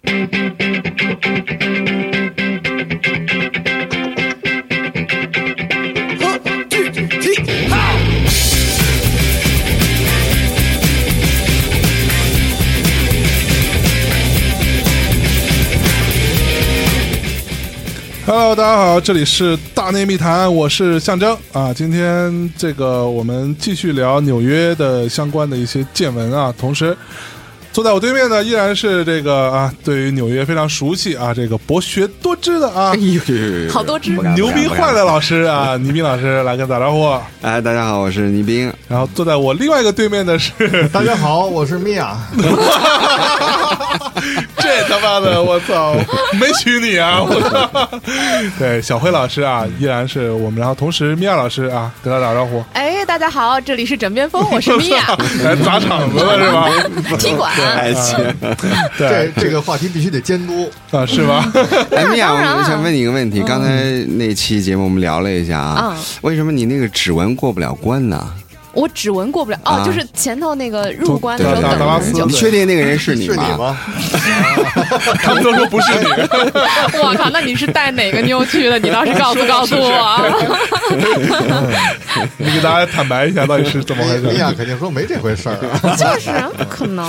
Hello， 大家好，这里是大内密谈，我是象征啊。今天这个我们继续聊纽约的相关的一些见闻啊，同时坐在我对面的依然是这个啊，对于纽约非常熟悉啊，这个博学多知的啊， 好多知牛逼坏的老师啊，倪斌老师来跟打招呼。 哎，大家好，我是倪斌。 然后坐在我另外一个对面的是， 大家好，我是米娅。 这他妈的，我操，没娶你啊！我操，对，小辉老师啊，依然是我们，然后同时米娅老师啊，跟他打招呼。 哎，大家好，这里是枕边风，我是米娅。 来砸场子了是吧？ 踢馆。 还行， 对， 这个话题必须得监督啊，是吧？ 哎，米娅，我想问你一个问题，刚才那期节目我们聊了一下啊，为什么你那个指纹过不了关呢？ 我指纹过不了哦，就是前头那个入关的时候等很久。 你确定那个人是你吗？ 他们都说不是你。 我靠，那你是带哪个妞去的？你倒是告诉我。 你给大家坦白一下，到底是怎么回事？ 米娅肯定说没这回事儿啊。 就是不可能。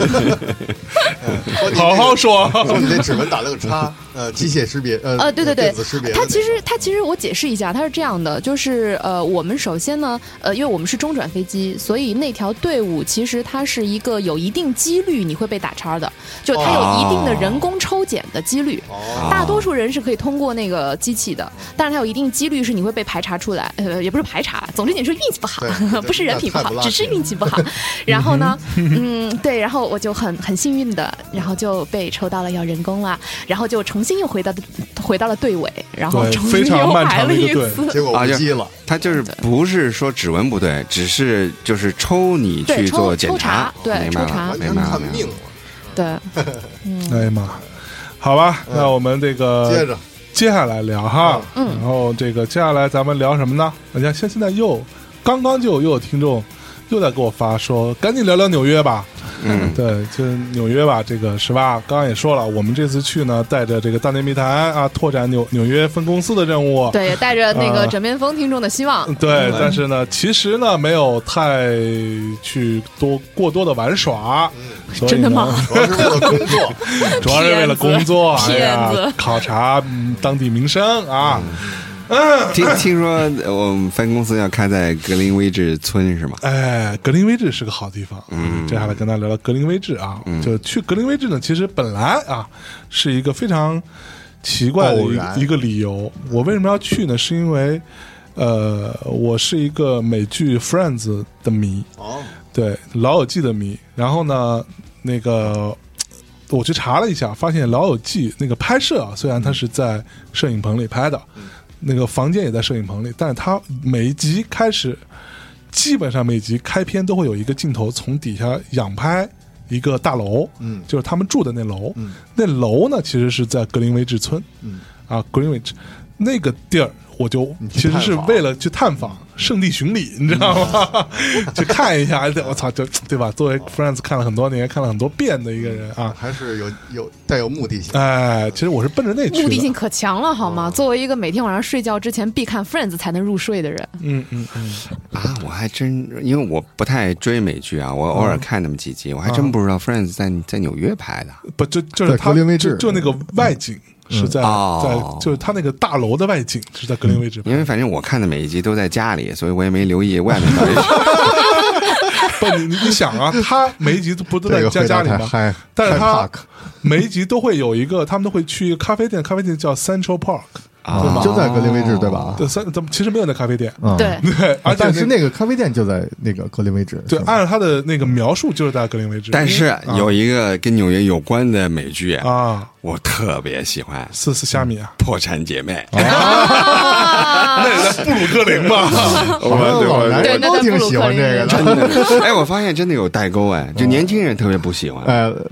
好好说。 说你那指纹打了个叉，机械识别， 对， 电子识别。 它其实我解释一下，它是这样的，就是我们首先呢，因为我们是中转飞机，所以那条队伍其实它是一个有一定几率你会被打叉的，就它有一定的人工抽检的几率。大多数人是可以通过那个机器的，但是它有一定几率是你会被排查出来，也不是排查，总之你是运气不好，不是人品不好，只是运气不好。然后呢，对，然后我就很幸运的，然后就被抽到了要人工了，然后就重新又回到了队尾，然后重新又排了一次， 结果无机了。 他就是不是说指纹不对，只是就是抽你去做检查， 对，抽查， 明白了，看命了。 对， 哎呀妈，好吧，那我们这个接下来聊哈，然后这个接下来咱们聊什么呢？人家现在刚刚又有听众又在给我发说，赶紧聊聊纽约吧。对，就是纽约吧，这个是吧？刚刚也说了，我们这次去呢，带着这个大内密谈啊，拓展纽约分公司的任务， 对，也带着那个枕边风听众的希望， 对，但是呢，其实呢，没有太去过多的玩耍， 真的吗？ 主要是为了工作， 主要是为了工作， 骗子， 考察当地名声啊。 听说我们分公司要开在格林威治村是吗？ 哎，格林威治是个好地方。接下来跟大家聊聊格林威治啊。就去格林威治呢，其实本来啊是一个非常奇怪的一个理由。我为什么要去呢？是因为我是一个美剧 Friends 的迷，对，老友记的迷。然后呢，那个我去查了一下，发现老友记那个拍摄啊，虽然它是在摄影棚里拍的。那个房间也在摄影棚里，但是他每一集开始，基本上每集开篇都会有一个镜头从底下仰拍一个大楼，就是他们住的那楼，那楼呢其实是在格林威治村，Greenwich 那个地儿，我就其实是为了去探访圣地巡礼，你知道吗？去看一下，我操，就对吧？作为 Friends 看了很多年，看了很多遍的一个人啊， 还是有带有目的性。 哎，其实我是奔着那去的， 目的性可强了，好吗？作为一个每天晚上睡觉之前必看 Friends 才能入睡的人， 我还真因为我不太追美剧啊，我偶尔看那么几集，我还真不知道 Friends 在纽约拍的， 不就是格林威治， 就那个外景。是在就是他那个大楼的外景是在格林威治， 因为反正我看的每一集都在家里，所以我也没留意外面到底是。 不，你想啊，他每一集不都在家里吗？但是他每一集都会有一个，他们都会去一个咖啡店，咖啡店叫 Central Park。 就在格林威治对吧？ 对，其实没有那咖啡店， 对， 但是那个咖啡店就在那个格林威治。 对，按照他的那个描述，就是在格林威治。 但是有一个跟纽约有关的美剧啊， 我特别喜欢， 是虾米啊， 《破产姐妹》。 那也在布鲁克林吧？ 老男人都挺喜欢这个的。 真的，哎，我发现真的有代沟，哎，就年轻人特别不喜欢。 对。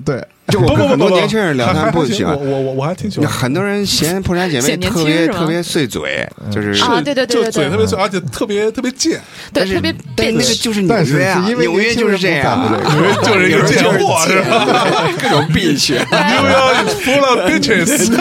就我跟很多年轻人聊，他们不喜欢。 我还挺喜欢。 很多人嫌破产姐妹特别碎嘴，就是啊，对， 就嘴特别碎，而且特别贱。 对，特别那个就是纽约啊，纽约就是这样， 纽约就是一个贱货，是吧？ 各种 bitch。 New York is full of bitches。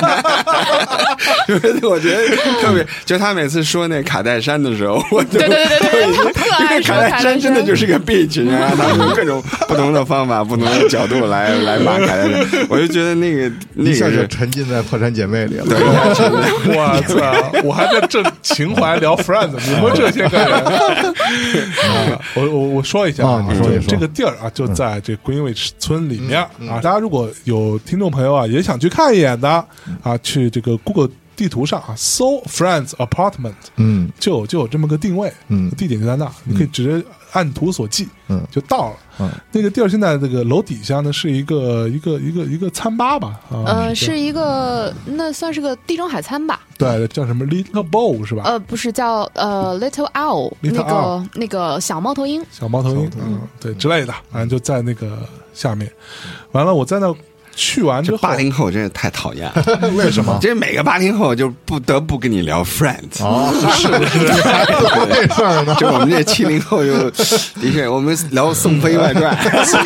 我觉得特别，就他每次说那卡戴珊的时候，我对，因为卡戴珊真的就是个 bitch， 然后他用各种不同的方法、不同的角度来骂卡戴珊，我就觉得那个是沉浸在破产姐妹里了。 对， 我操！我还在正情怀聊 Friends， 你们这些个人。我说一下啊， 你说这个地儿啊，就在这 Greenwich 村里面啊。大家如果有听众朋友啊，也想去看一眼的啊，去这个 Google 地图上啊，搜 Friends Apartment， 就有这么个定位，地点就在那，你可以直接按图索骥，就到了。那个地儿现在这个楼底下呢是一个餐吧吧， 是一个那算是个地中海餐吧。 对，叫什么 Little Bowl 是吧？ 不是叫Little Owl， 那个小猫头鹰， 对之类的，反正就在那个下面。完了，我在那去完之后 ，80后真是太讨厌了。 为什么？ 这每个80后就不得不跟你聊 Friends。 哦，是这事儿呢。 就我们这70后就的确，我们聊《宋飞外传》。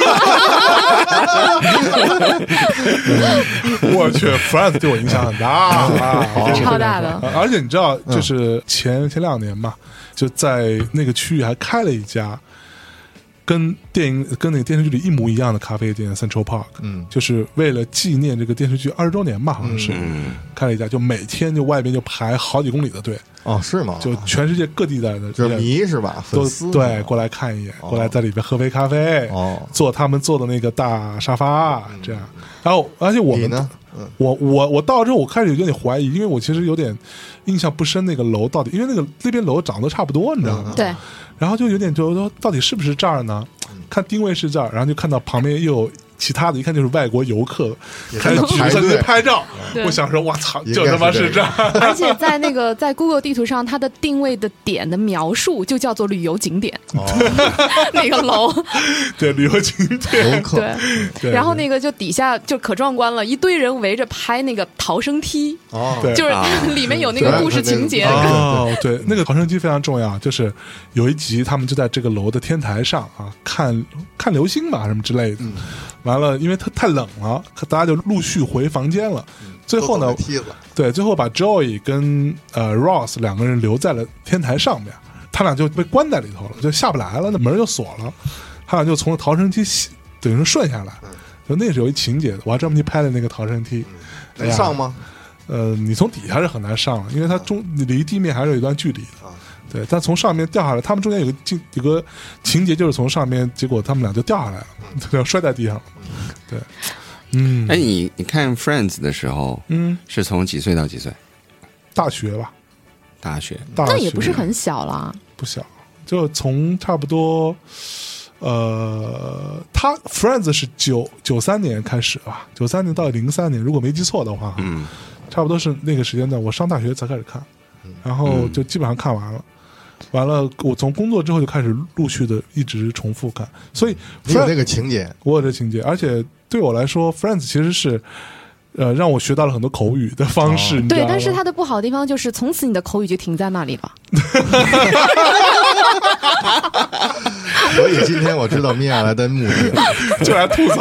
我去 ，Friends 对我影响很大啊， 超大的。 而且你知道，就是前2年嘛，就在那个区域还开了一家。跟那个电视剧里一模一样的咖啡店 Central Park， 就是为了纪念这个电视剧20周年吧，好像是，开了一家，就每天就外边就排好几公里的队。 哦，是吗？ 就全世界各地的就是迷是吧？粉丝对过来看一眼，过来在里边喝杯咖啡，坐他们坐的那个大沙发，这样。然后，而且我们呢，我到了之后，我开始有点怀疑，因为我其实有点印象不深那个楼到底，因为那边楼长得差不多，你知道吗？ 对。 然后就有点就说到底是不是这儿呢？看定位是这儿，然后就看到旁边又有其他的，一看就是外国游客开始举着机拍照。我想说，我操，就他妈是这儿！ 而且在 Google 地图上，它的定位的点的描述就叫做旅游景点。那个楼， 对，旅游景点， 对。然后那个就底下就可壮观了，一堆人围着拍那个逃生梯。就是里面有那个故事情节。 对，那个逃生梯非常重要，就是有一集他们就在这个楼的天台上啊，看流星吧什么之类的。完了，因为太冷了，大家就陆续回房间了。最后呢，对，最后把 Joey 跟Ross 2个人留在了天台上面，他俩就被关在里头了，就下不来了，那门就锁了，他俩就从逃生梯等于说顺下来。就那是有一情节的，我还专门去拍了那个逃生梯。 能上吗？ 你从底下是很难上了，因为它离地面还是有一段距离的。对，但从上面掉下来，他们中间有个情节，就是从上面，结果他们俩就掉下来了，摔在地上了。对， 哎，你看 Friends 的时候，是从几岁到几岁？ 大学吧， 大学， 那也不是很小啦， 不小，就从差不多，他 Friends 是93年开始吧，93年到03年，如果没记错的话，差不多是那个时间段，我上大学才开始看，然后就基本上看完了。完了，我从工作之后就开始陆续的一直重复看，所以你有这个情节， 我有这情节，而且对我来说 ，Friends 其实是让我学到了很多口语的方式。 对，但是它的不好的地方就是从此你的口语就停在那里了。 所以今天我知道米娅来的目的了， 就来吐槽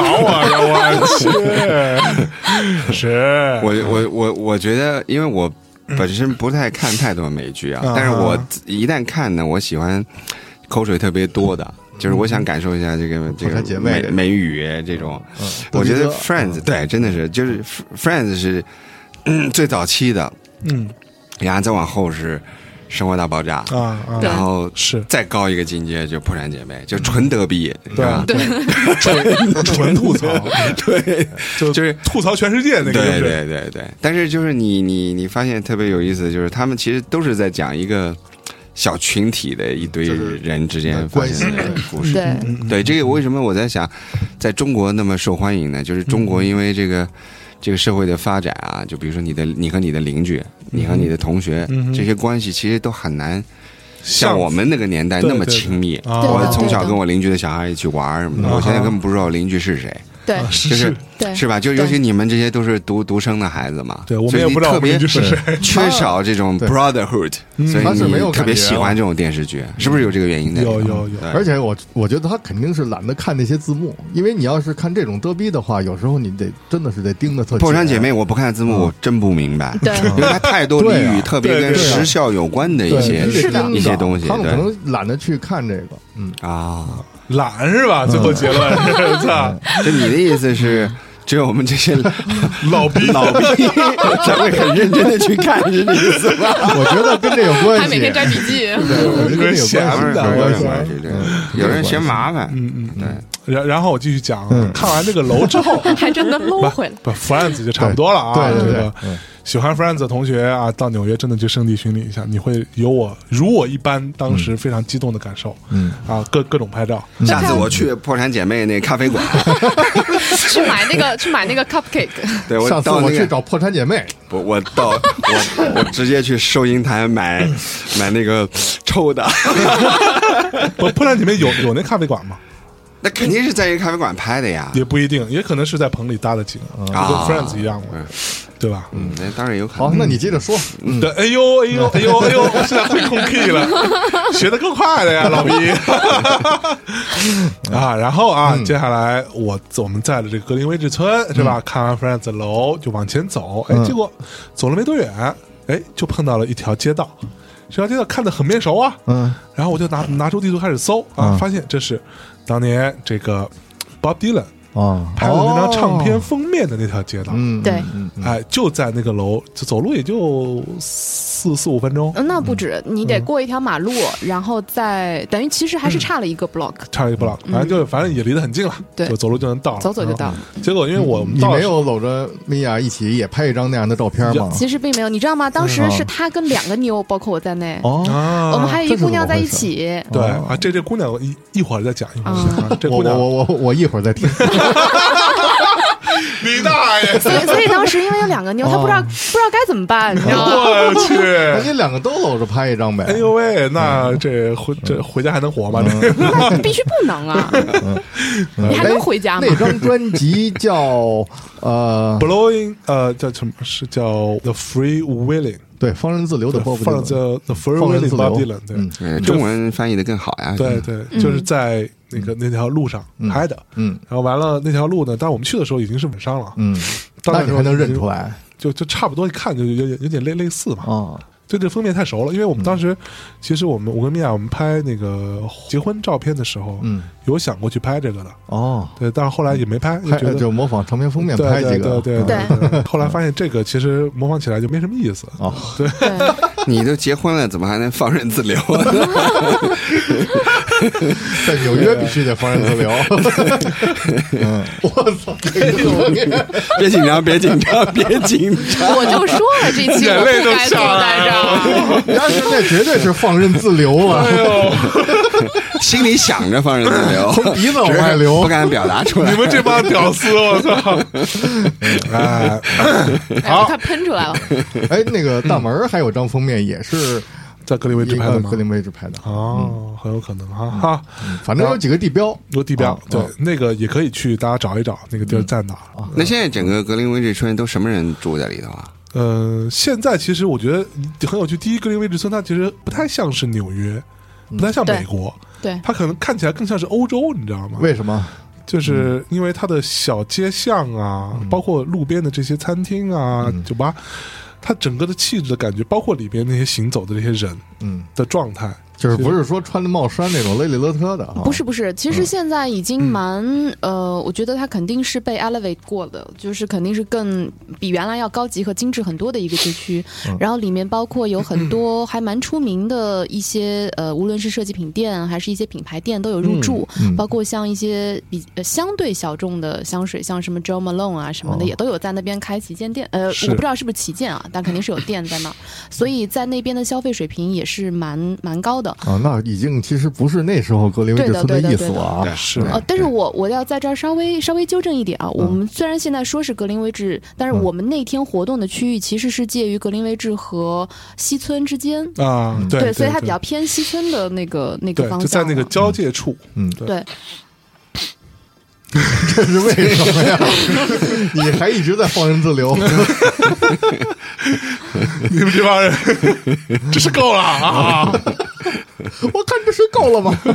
我，是我觉得，因为我本身不太看太多美剧啊，但是我一旦看呢，我喜欢口水特别多的，就是我想感受一下这个美语这种。我觉得 Friends 对，真的是就是 Friends 是最早期的，然后再往后是生活大爆炸然后是再高一个境界就破产姐妹，就纯德逼， 对吧？纯吐槽， 对，就是吐槽全世界那个， 对。但是就是你发现特别有意思，就是他们其实都是在讲一个小群体的一堆人之间发生的故事。对，这个为什么我在想，在中国那么受欢迎呢？就是中国因为这个社会的发展啊，就比如说你和你的邻居，你和你的同学，这些关系其实都很难像我们那个年代那么亲密。我从小跟我邻居的小孩一起玩什么的，我现在根本不知道邻居是谁。 对， 就是对， 是吧？就尤其你们这些都是独生的孩子嘛， 对，我们也不知道特别是谁， 缺少这种 brotherhood，所以你特别喜欢这种电视剧，是不是有这个原因的？ 有， 而且我觉得他肯定是懒得看那些字幕，因为你要是看这种德逼的话，有时候你真的是得盯得特紧。 破产姐妹我不看字幕，我真不明白， 对， 因为它太多俚语，特别跟时效有关的一些东西， 他们可能懒得去看这个， 懒是吧？最后结论是， 就你的意思是？只有我们这些老逼才会很认真的去看，是这意思吧？ 我觉得跟这有关系， 还每天摘笔记， 有人嫌有人嫌麻烦， 对。然后我继续讲，看完这个楼之后， 还真的搂回来。 不 ，Friends 就差不多了啊。 对， 喜欢 Friends 的同学啊，到纽约真的去圣地巡礼一下，你会有如我一般当时非常激动的感受。各种拍照。 下次我去破产姐妹那咖啡馆， 去买那个 cupcake。 对， 上次我去找破产姐妹， 我直接去收银台买那个抽的。 破产姐妹有那咖啡馆吗？ 那肯定是在一个咖啡馆拍的呀， 也不一定，也可能是在棚里搭的景，跟 Friends 一样嘛，对吧？ 那当然有可能。 好，那你接着说。 对，哎呦，我现在会控 key 了，学得够快的呀，老逼。然后接下来我们在的这个格林威治村是吧？看完 Friends 的楼就往前走，结果走了没多远，就碰到了一条街道。这条街道看得很面熟啊，然后我就拿出地图开始搜发现这是当年这个 Bob Dylan 拍的那张唱片封面的那条街道， 对， 就在那个楼，走路也就4-5分钟， 那不止，你得过一条马路，然后再等于其实还是差了一个 block， 反正也离得很近了， 对， 走路就能到了， 走就到了。 结果因为我们你没有搂着米娅一起也拍一张那样的照片吗？ 其实并没有，你知道吗？当时是他跟2个妞，包括我在内，我们还有一姑娘在一起。 对这姑娘一会儿再讲，这姑娘我一会儿再听。 你大爷！ 所以当时因为有2个妞，他不知道该怎么办，你知道吗？ 我去， 你2个都搂着拍一张呗。 哎呦喂，那这回家还能活吗？ 那必须不能啊！你还能回家吗？ 那张专辑叫 Blowing， 叫什么？是叫 The Free Willing。 对，放任自流的Bob Dylan， 放着 The Free Willing Bob Dylan， 对，中文翻译的更好呀。 对，就是在那条路上拍的，然后完了那条路呢，当我们去的时候已经是晚上了， 那你还能认出来？ 就差不多，一看就有点类似嘛。对，这封面太熟了，因为我们当时其实我跟米娅我们拍那个结婚照片的时候，有想过去拍这个的。对，但是后来也没拍， 就模仿唱片封面拍几个。 对。后来发现这个其实模仿起来就没什么意思。对， 你都结婚了，怎么还能放任自流？ 在纽约必须得放任自流。我操！ 别紧张，别紧张。 我就说了，这期我不该坐在这儿。 人家现在绝对是放任自流了。 心里想着放任自流， 从鼻子往外流， 不敢表达出来。 你们这帮屌丝，我操！ 好，他喷出来了。 那个大门还有张封面，也是在格林威治拍的吗？ 格林威治拍的很有可能哈。 反正有几个地标， 对，那个也可以去，大家找一找那个地儿在哪。 那现在整个格林威治村都什么人住在里头啊？ 现在其实我觉得很有趣。第一，格林威治村它其实不太像是纽约，不太像美国， 对， 它可能看起来更像是欧洲，你知道吗？ 为什么？ 就是因为它的小街巷啊，包括路边的这些餐厅啊、酒吧，它整个的气质的感觉，包括里边那些行走的这些人，的状态。 就是不是说穿的帽衫那种勒里勒特的， 不是，其实现在已经蛮我觉得它肯定是被 elevate 过的，就是肯定是更比原来要高级和精致很多的一个街区，然后里面包括有很多还蛮出名的一些无论是设计品店还是一些品牌店都有入驻，包括像一些相对小众的香水，像什么 Jo Malone 啊什么的，也都有在那边开旗舰店，我不知道是不是旗舰啊，但肯定是有店在那儿，所以在那边的消费水平也是蛮高的。 那已经其实不是那时候格林威治村的意思了啊， 是。 但是我要在这儿稍微纠正一点啊，我们虽然现在说是格林威治，但是我们那天活动的区域其实是介于格林威治和西村之间啊，对， 所以它比较偏西村的那个方向， 就在那个交界处， 对。 这是为什么呀？你还一直在放任自流。 你们这帮人真是够了啊！ 我看这是够了吗？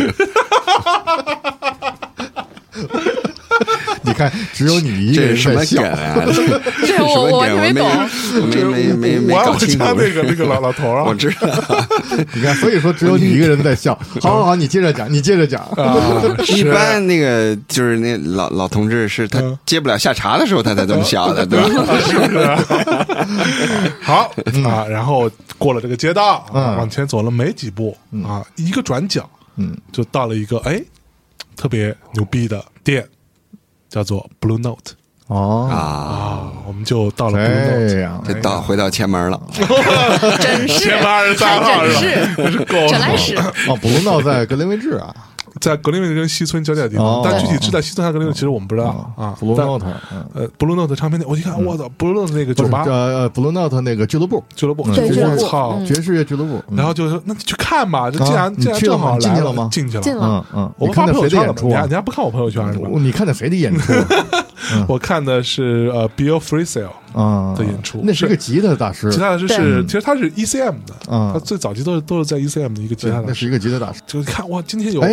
你看，只有你一个人在笑啊！ 这我完全没懂， 没搞清楚那个老头啊， 我知道。 你看，所以说只有你一个人在笑。好，你接着讲，你接着讲。 一般那个就是那老同志是他接不了下茬的时候，他才这么笑的，对吧？ 是不是？好啊，然后过了这个街道，往前走了没几步啊，一个转角，就到了一个特别牛逼的店，叫做 Blue Note。我们就到了 Blue Note， 就回到前门了。 真是前门23号是真来是 Blue Note 在格林威治啊。 在格林威治跟西村交界的地方，但具体是在西村还是格林威治，其实我们不知道啊。 Blue Note，Blue Note 唱片店，我一看，我操，Blue Note 那个酒吧 ，Blue Note 那个俱乐部， 对， 操， 爵士乐俱乐部。 然后就说，那你去看吧，这既然正好进去了吗？ 进去了， 我看的谁的演出？ 你还不看我朋友圈是吧？ 你看的谁的演出？ 我看的是Bill Frisell 的演出， 那是个吉他大师， 吉他大师其实他是 ECM 的，他最早期都是在 ECM 的一个吉他大师， 那是一个吉他大师。 就看哇，今天有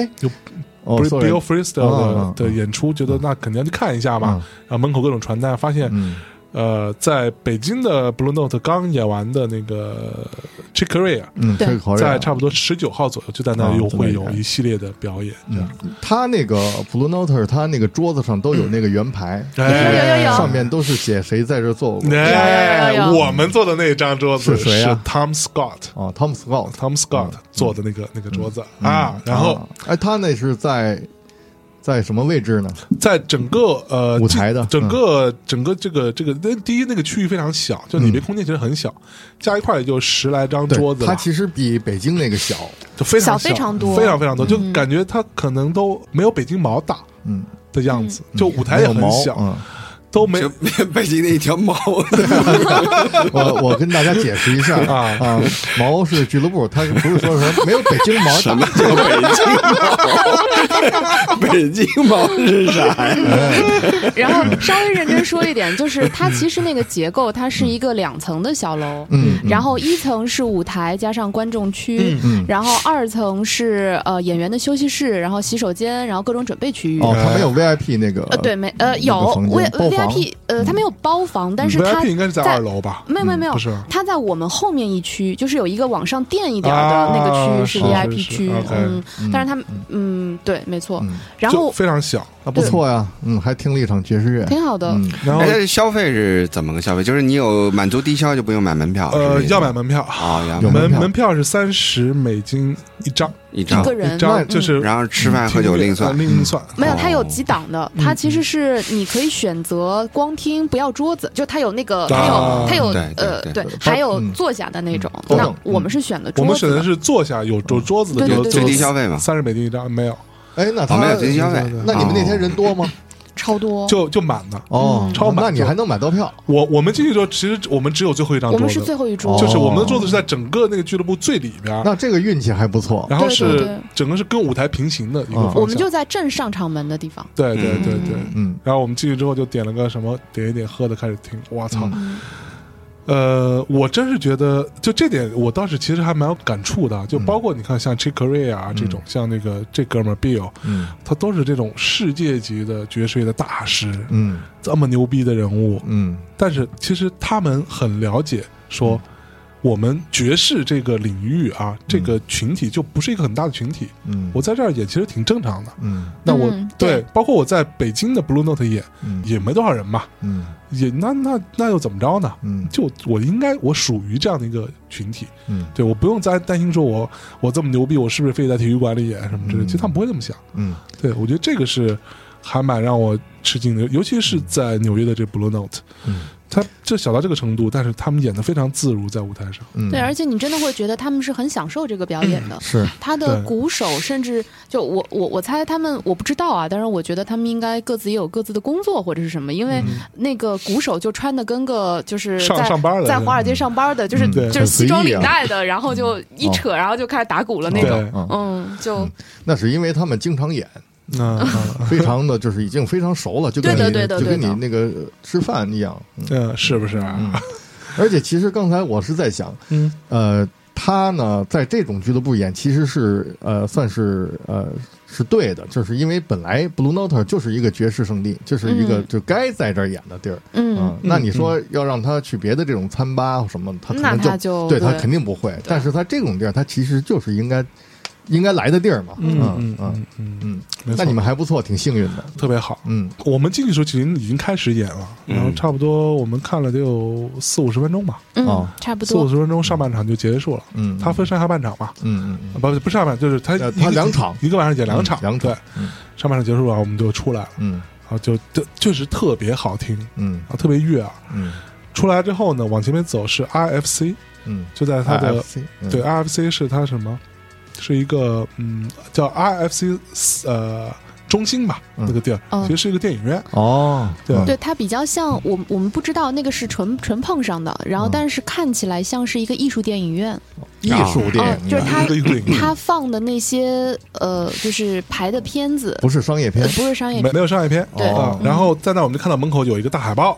Bill Frisell 的演出，觉得那肯定要去看一下嘛。然后门口各种传单，发现在北京的 Blue Note 刚演完的那个 Chick Corea，在差不多19号左右，就在那又会有一系列的表演。 他那个 Blue Note， 他那个桌子上都有那个圆牌，上面都是写谁在这做过。 我们做的那张桌子是谁啊 ？Tom Scott。 Tom Scott 做的那个桌子啊。然后， 他那是在什么位置呢？ 在整个舞台的整个这个，第一那个区域非常小，就里面空间其实很小，加一块也就10来张桌子。 它其实比北京那个小， 就非常非常多， 非常非常多，就感觉它可能都没有北京毛大的样子，就舞台也很小。都没北京的一条毛。 我跟大家解释一下啊，毛是俱乐部，他不是说没有北京毛。 什么叫北京毛？北京毛是啥呀？ 然后稍微认真说一点，就是它其实那个结构，它是一个2层的小楼，然后1层是舞台加上观众区，然后2层是演员的休息室，然后洗手间，然后各种准备区域。 它没有 VIP 那个对，有 VIP。它没有包房，但是它 VIP 应该是在2楼吧？ 没有， 不是， 它在我们后面一区，就是有一个往上垫一点的那个区域是 VIP 区，但是它对，没错，然后非常小， 不错呀，还听了一场爵士乐， 挺好的。 然后消费是怎么个消费？就是你有满足低消就不用买门票？ 要买门票啊， 门票是$30一张。 一个人就是， 然后吃饭喝酒另算。 没有，它有几档的，它其实是你可以选择光听不要桌子，就它有那个，它有对，还有坐下的那种。那我们是选的桌子， 我们选的是坐下有桌子的， 最低消费嘛 ，$30一张，没有。 那没有最低消费， 那你们那天人多吗？ 超多， 就满的超满。 那你还能买到票？ 我们进去之后，其实我们只有最后一张桌子， 我们是最后一桌， 就是我们的桌子是在整个那个俱乐部最里边。 那这个运气还不错。 然后是整个是跟舞台平行的一个方向。 我们就在正上场门的地方。 对，然后我们进去之后就点了个什么，点一点喝的开始听。我操！我真是觉得，就这点，我当时其实还蛮有感触的。就包括你看，像 Chick Corea 啊这种，像那个这哥们儿 Bill，他都是这种世界级的爵士乐的大师，这么牛逼的人物，但是其实他们很了解说。我们爵士这个领域啊，这个群体就不是一个很大的群体。我在这儿演其实挺正常的。那我对，包括我在北京的 Blue Note 演，也没多少人嘛。也那又怎么着呢？就我属于这样的一个群体。对，我不用再担心说我这么牛逼，我是不是非得在体育馆里演什么之类的？其实他们不会这么想。对，我觉得这个是还蛮让我吃惊的，尤其是在纽约的这 Blue Note。他这小到这个程度，但是他们演得非常自如在舞台上。 对，而且你真的会觉得他们是很享受这个表演的。 是他的鼓手，甚至就我猜他们，我不知道啊，但是我觉得他们应该各自也有各自的工作或者是什么，因为那个鼓手就穿的跟个就是上班的， 在华尔街上班的，就是西装领带的，然后就一扯，然后就开始打鼓了那种。就那是因为他们经常演。 非常的就是已经非常熟了，就跟你那个吃饭一样， 是不是啊？ 而且其实刚才我是在想，他呢在这种俱乐部演其实是算是是对的，就是因为本来 Blue Note 就是一个爵士圣地，就是一个就该在这儿演的地儿。那你说要让他去别的这种餐吧什么，他可能对他肯定不会。但是他这种地儿，他其实就是应该来的地儿嘛。那你们还不错，挺幸运的， 特别好。我们进去的时候其实已经开始演了，然后差不多我们看了得有40-50分钟吧。 差不多 40-50分钟，上半场就结束了。他分上下半场嘛。不是上半，就是他 2场， 一个晚上演2场。对，上半场结束了，我们就出来了。然后就确实特别好听。然后特别悦耳。出来之后呢，往前面走是 RFC。就在他的对 RFC 是他什么？是一个叫 RFC 中心吧，那个地儿其实是一个电影院。 对，它比较像我们不知道那个是纯碰上的，然后但是看起来像是一个艺术电影院。 艺术电影院就是他放的那些就是排的片子不是商业片， 不是商业片， 没有商业片。 对， 然后在那我们就看到门口有一个大海报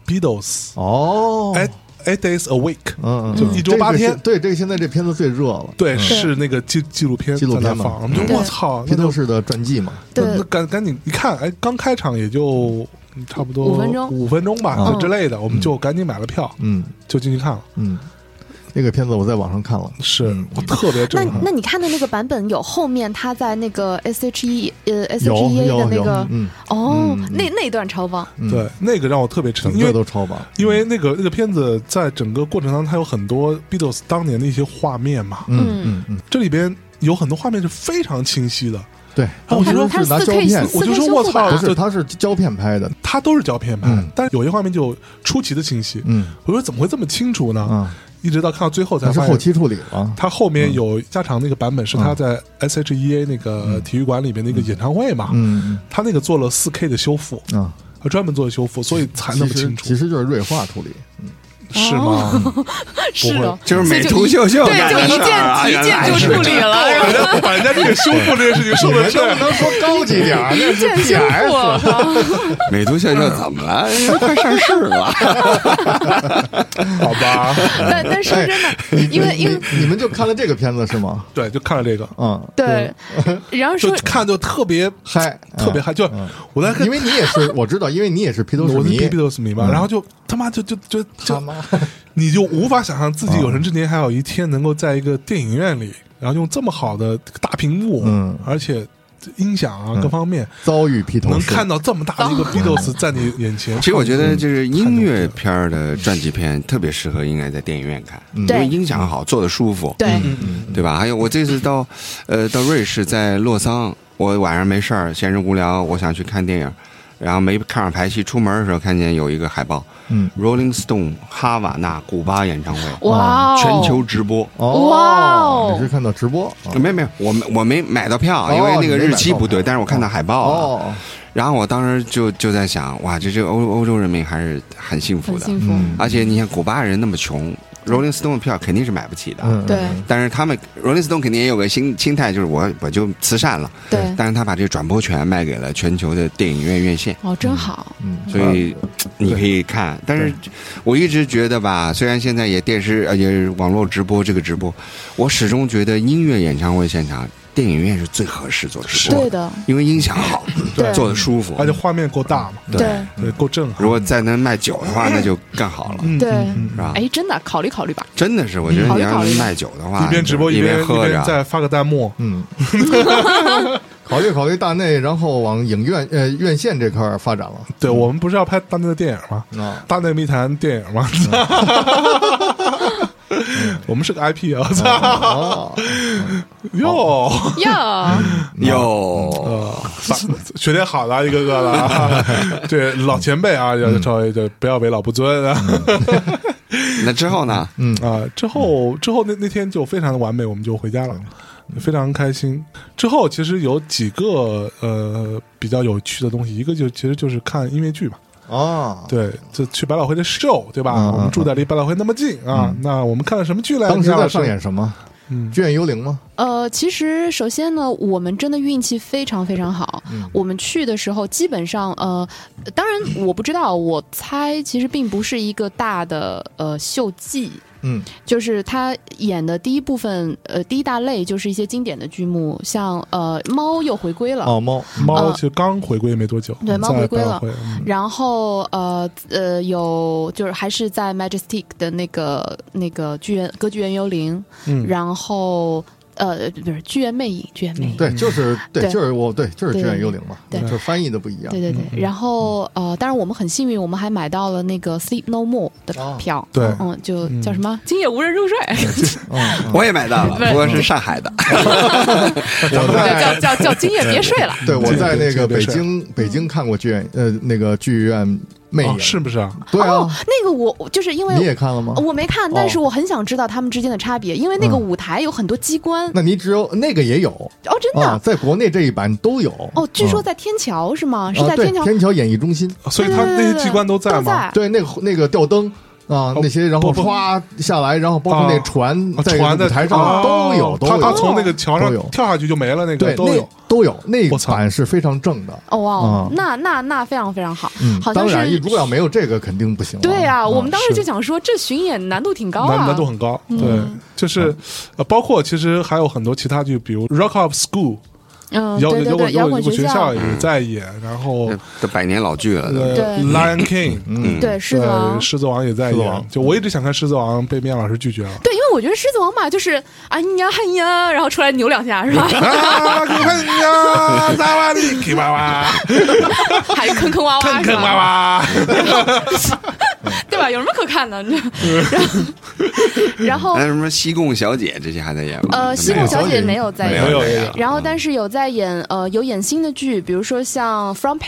Beatles。8 days a week， 就1周8天。 对，这个现在这片子最热了。 对，是那个纪录片在那放。我们就我操， 披头士的传记嘛。 那赶紧一看，刚开场也就差不多5分钟吧，就之类的，我们就赶紧买了票，就进去看了。 那个片子我在网上看了， 是我特别震撼。 那你看的那个版本有后面他在那个 SHE 的那个那段超棒。 对，那个让我特别震撼， 整个都超棒。 因为那个片子在整个过程当中，它有很多 Beatles 当年的一些画面嘛。这里边有很多画面是非常清晰的。 对， 我就说是拿胶片， 我就说我操， 不是，他是胶片拍的， 他都是胶片拍，但是有些画面就出奇的清晰。我说怎么会这么清楚呢？一直到看到最后才发现， 是后期处理了。 他后面有加长那个版本，是他在 SHEA 那个体育馆里面那个演唱会嘛。他那个做了4K 的修复他专门做的修复，所以才那么清楚。 其实就是锐化处理。 是吗？ 是的， 就是美图秀秀， 对，就一键就处理了。 把人家这个修复这个事情说的， 能不能说高级点？ 一键修复。美图秀秀怎么了？快上市了， 好吧？ 但说真的，因为你们就看了这个片子是吗？ 对，就看了这个。 对。然后说看就特别嗨， 特别嗨。就我在看， 因为你也是，我知道，因为你也是披头士迷， 披头士迷嘛。然后就他妈就你就无法想象自己有生之年还有一天能够在一个电影院里，然后用这么好的大屏幕，而且音响啊各方面遭遇披头士， 能看到这么大的一个 Beatles 在你眼前。 其实我觉得就是音乐片的传记片特别适合应该在电影院看，因为音响好，坐得舒服，对吧？还有我这次到瑞士，在洛桑，我晚上没事儿，闲着无聊，我想去看电影。然后没看上排戏，出门的时候看见有一个海报，Rolling Stone 哈瓦那古巴演唱会，全球直播。 你是看到直播？ 没有，我没买到票，因为那个日期不对，但是我看到海报了。然后我当时就在想，哇，这欧洲人民还是很幸福的，而且你看古巴人那么穷。Rolling Stone 的票肯定是买不起的， 对。 但是他们 Rolling Stone 肯定也有个心态，就是我就慈善了， 对。 但是他把这个转播权卖给了全球的电影院院线， 真好。 所以你可以看。但是我一直觉得吧，虽然现在也电视也网络直播这个直播，我始终觉得音乐演唱会现场。电影院是最合适做直播， 对的， 因为音响好，做的舒服， 而且画面够大嘛， 对， 够震撼。 如果再能卖酒的话，那就更好了， 对， 是吧？ 真的考虑吧。 真的是，我觉得你要是卖酒的话， 一边直播一边喝着，再发个弹幕， 考虑大内，然后往影院院线这块发展了。 对，我们不是要拍大内的电影吗？大内密谈电影吗？我们是个 IP 啊！我操！哟，学点好的一个个了，对老前辈啊，要稍微就不要为老不尊啊。 那之后呢？ 之后那天就非常的完美，我们就回家了，非常开心。之后其实有几个比较有趣的东西，一个其实就是看音乐剧嘛。对，就去百老汇的 show， 对吧？我们住在离百老汇那么近啊，那我们看了什么剧来？ 当时在上演什么？剧院幽灵吗？ 其实首先呢，我们真的运气非常非常好。我们去的时候，基本上当然我不知道，我猜其实并不是一个大的秀季。就是他演的第一部分，第一大类就是一些经典的剧目，像猫又回归了。 哦， 猫其实刚回归没多久。 对，猫回归了。然后有就是还是在 Majestic 的那个歌剧院幽灵，然后。不是剧院魅影，剧院魅影， 对，就是剧院幽灵嘛， 对， 就是翻译的不一样， 对。然后当然我们很幸运，我们还买到了那个 Sleep No More 的票， 对， 就叫什么今夜无人入睡， 我也买到了，不过是上海的， 叫今夜别睡了。 对，我在那个北京看过剧院，那个剧院。魅影是不是啊？ 对啊， 那个我就是因为你也看了吗？ 我没看，但是我很想知道他们之间的差别，因为那个舞台有很多机关。 那你只有那个也有哦，真的， 在国内这一版都有哦。据说在天桥是吗？是在天桥演艺中心， 所以他那些机关都在吗？ 对，那个吊灯。那些然后唰下来，然后包括那船在舞台上都有， 他从那个桥上跳下去就没了，那个都有，那版是非常正的。 哦哇，那非常非常好。 当然，如果要没有这个，肯定不行。 对啊，我们当时就想说，这巡演难度挺高啊， 难度很高。对，就是包括其实还有很多其他剧，比如 Rock of School。 对，摇滚学校也在演，然后都百年老剧了。 对 ，Lion King， 对，狮子王也在演。就我一直想看狮子王，被面老师拒绝了。 对，因为我觉得狮子王嘛，就是哎呀，然后出来扭两下是吧？ 萨瓦迪基娃娃， 还有坑娃娃， 坑娃娃， 对吧？有什么可看的？然后还有什么西贡小姐这些还在演吗？ 西贡小姐没有在演， 没有。 然后但是有在演有演新的剧，比如说像 Front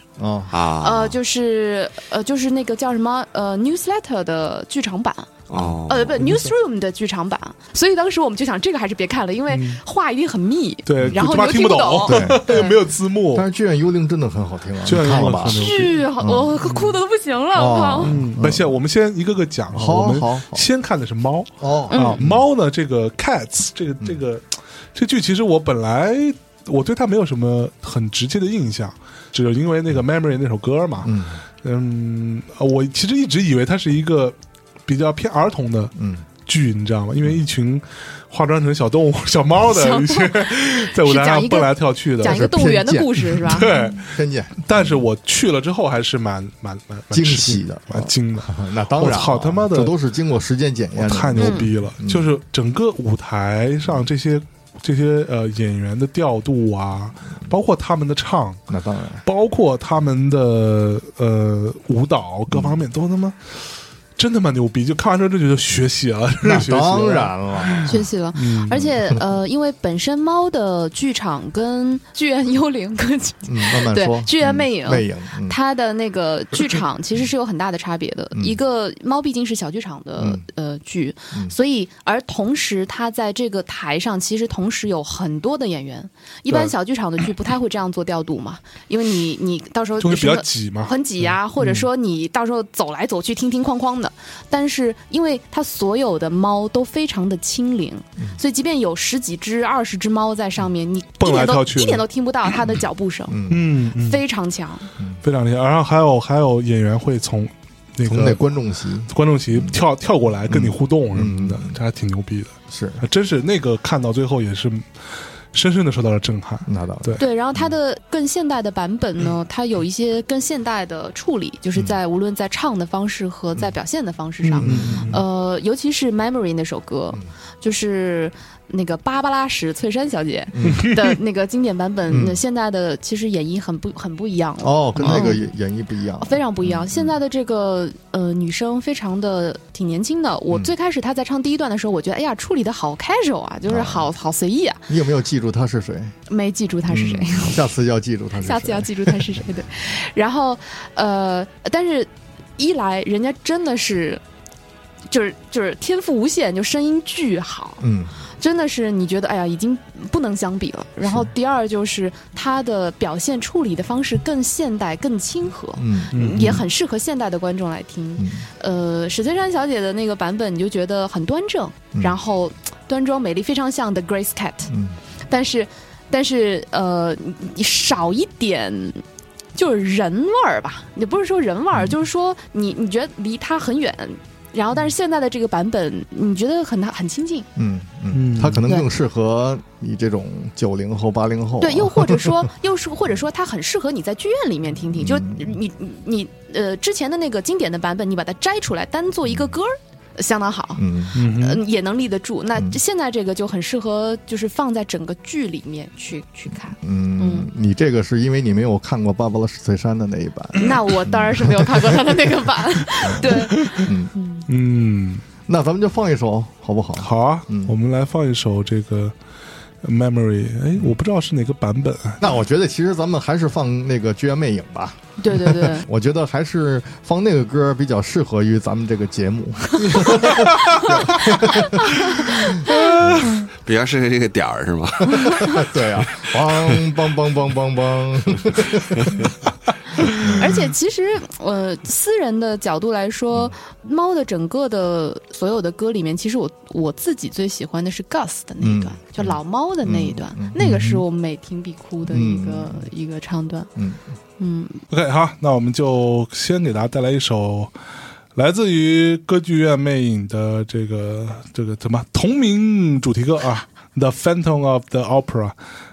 Page，就是那个叫什么Newsletter 的剧场版。不 Newsroom 的剧场版，所以当时我们就想，这个还是别看了，因为话一定很密， 对， 然后你听不懂， 对， 没有字幕。 但是剧院幽灵真的很好听啊， 剧院幽灵吧？ 我哭的都不行了，我靠！ 我们先一个个讲。我们先看的是猫猫呢，这个 Cats， 这剧其实我本来我对它没有什么很直接的印象，只是因为那个 Memory 那首歌嘛。我其实一直以为它是一个比较偏儿童的剧，你知道吗？因为一群化妆成小动物、小猫的一些在舞台上蹦来跳去的， 讲一个动物园的故事是吧？ 对， 偏见。 但是我去了之后还是蛮惊喜的， 蛮惊的。 那当然， 操他妈的， 这都是经过时间检验的， 太牛逼了！就是整个舞台上这些演员的调度啊，包括他们的唱， 那当然， 包括他们的舞蹈各方面都他妈。真他妈牛逼！就看完之后就觉得学习了， 那当然了， 学习了。而且因为本身猫的剧场跟剧院幽灵跟慢慢说， 对剧院魅影， 它的那个剧场其实是有很大的差别的。一个猫毕竟是小剧场的剧，所以而同时它在这个台上其实同时有很多的演员。一般小剧场的剧不太会这样做调度嘛，因为你到时候就会比较挤嘛， 很挤啊，或者说你到时候走来走去叮叮哐哐的。但是因为它所有的猫都非常的轻灵，所以即便有10几只、20只猫在上面，你一点都听不到它的脚步声，非常强， 非常厉害。然后还有演员会从那观众席跳过来跟你互动什么的，这还挺牛逼的。 是， 真是那个看到最后也是。深深的受到了震撼， 那倒对。然后它的更现代的版本呢，它有一些更现代的处理，就是无论在唱的方式和在表现的方式上，尤其是 Memory 那首歌，就是那个芭芭拉史翠珊小姐的那个经典版本，现在的其实演绎很不一样了。 跟那个演绎不一样， 非常不一样。现在的这个女生非常的挺年轻的。我最开始她在唱第一段的时候，我觉得哎呀处理的好 casual 啊，就是好随意啊。 你有没有记住她是谁？ 没记住她是谁。 下次要记住她是谁。 下次要记住她是谁。对。然后但是一来人家真的是就是天赋无限，就声音巨好，真的是你觉得哎呀已经不能相比了。然后第二就是他的表现处理的方式更现代更亲和，也很适合现代的观众来听。史翠珊小姐的那个版本你就觉得很端正，然后端庄美丽，非常像 The Grace Cat，但是你少一点就是人味儿吧，也不是说人味儿，就是说你觉得离他很远，然后但是现在的这个版本你觉得很亲近， 他可能更适合你这种90后80后， 对，又或者说它很适合你在剧院里面听听，就你之前的那个经典的版本你把它摘出来单做一个歌相当好，也能立得住。那现在这个就很适合，就是放在整个剧里面去看。 你这个是因为你没有看过芭芭拉史翠珊的那一版， 那我当然是没有看过他的那个版。对， 那咱们就放一首好不好？ 好啊，我们来放一首这个。Memory， 哎，我不知道是哪个版本。 那我觉得其实咱们还是放那个《剧院魅影》吧。 对对对， 我觉得还是放那个歌比较适合于咱们这个节目， 比较适合这个点儿是吗？ 对啊，梆梆梆梆梆梆。 而且其实私人的角度来说，猫的整个的所有的歌里面，其实我自己最喜欢的是 Gus 的那一段，就老猫的那一段，那个是我每听必哭的一个唱段。 OK， 好，那我们就先给大家带来一首来自于歌剧院魅影的这个怎么同名主题歌啊，《The Phantom of the Opera》。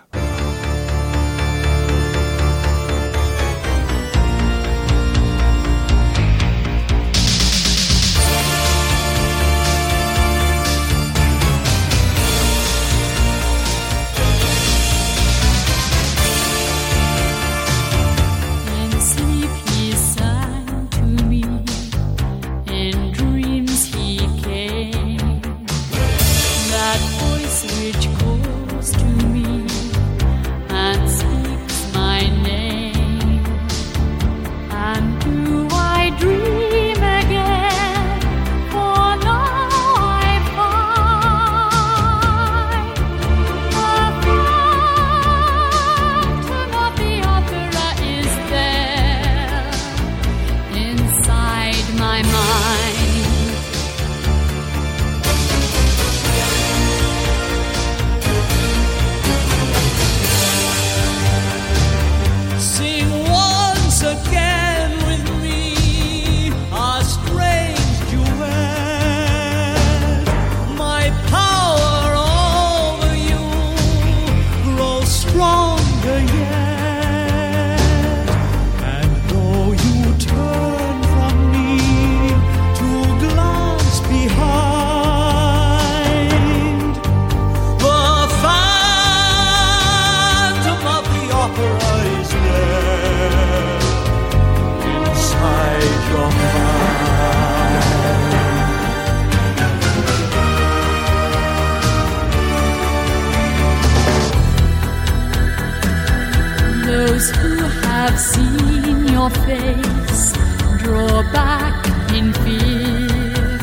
Those who have seen your face draw back in fear.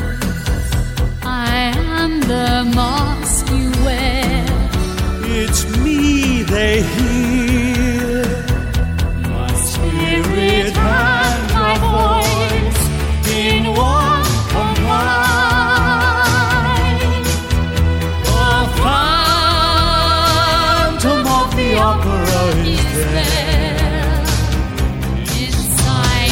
I am the mask you wear. It's me they hear. My spirit and my voice in one combined. The phantom of the opera is there inside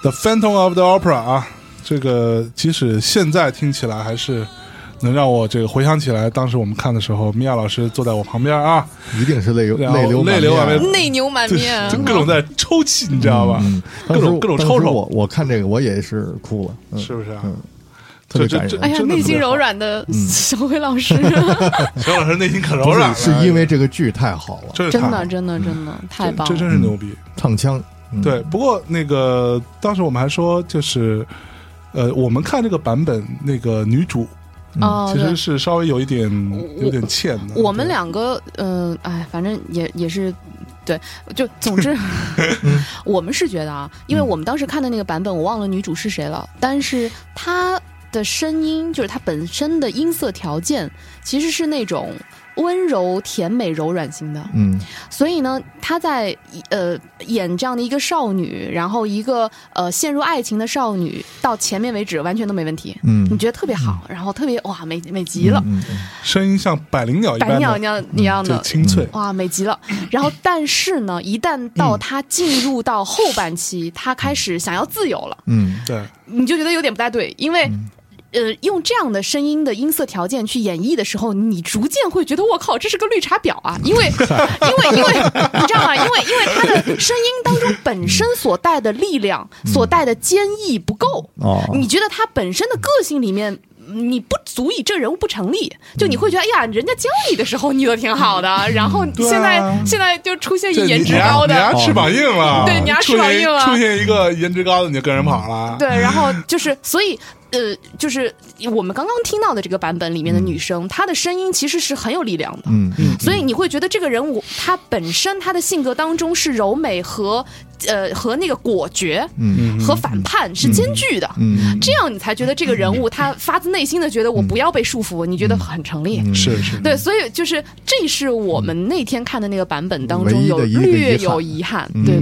The Phantom of the Opera 啊，这个即使现在听起来还是能让我这个回想起来，当时我们看的时候，米娅老师坐在我旁边啊， 一定是泪流满面， 内牛满面， 就各种在抽泣，你知道吧？各种抽抽。 我看这个我也是哭了， 是不是啊？ 特别感人。 哎呀，内心柔软的小辉老师， 小辉老师内心可柔软了， 是因为这个剧太好了， 真的太棒了， 这真是牛逼， 唱腔。 对，不过那个当时我们还说，就是我们看这个版本，那个女主。其实是稍微有点欠的。 我们两个，反正也是，对，就总之，我们是觉得啊，因为我们当时看的那个版本，我忘了女主是谁了，但是她的声音，就是她本身的音色条件，其实是那种温柔、甜美、柔软型的，所以呢，她在演这样的一个少女，然后一个陷入爱情的少女，到前面为止完全都没问题，你觉得特别好，然后特别哇美极了， 声音像百灵鸟一样的清脆， 哇美极了。然后但是呢，一旦到她进入到后半期，她开始想要自由了， 对， 你就觉得有点不太对，因为。用这样的声音的音色条件去演绎的时候，你逐渐会觉得我靠，这是个绿茶婊啊！因为你知道吗？因为他的声音当中本身所带的力量、所带的坚毅不够，你觉得他本身的个性里面。你不足以，这个人物不成立，就你会觉得，哎呀，人家教你的时候你都挺好的，然后现在就出现一颜值高的， 你丫翅膀硬了， 对，你丫翅膀硬了， 出现一个颜值高的，你就跟人跑了， 对，然后就是所以。就是我们刚刚听到的这个版本里面的女生，她的声音其实是很有力量的，所以你会觉得这个人物她本身她的性格当中是柔美和那个果决，和反叛是兼具的，这样你才觉得这个人物她发自内心的觉得我不要被束缚，你觉得很成立， 是对，所以就是这是我们那天看的那个版本当中略有遗憾，对，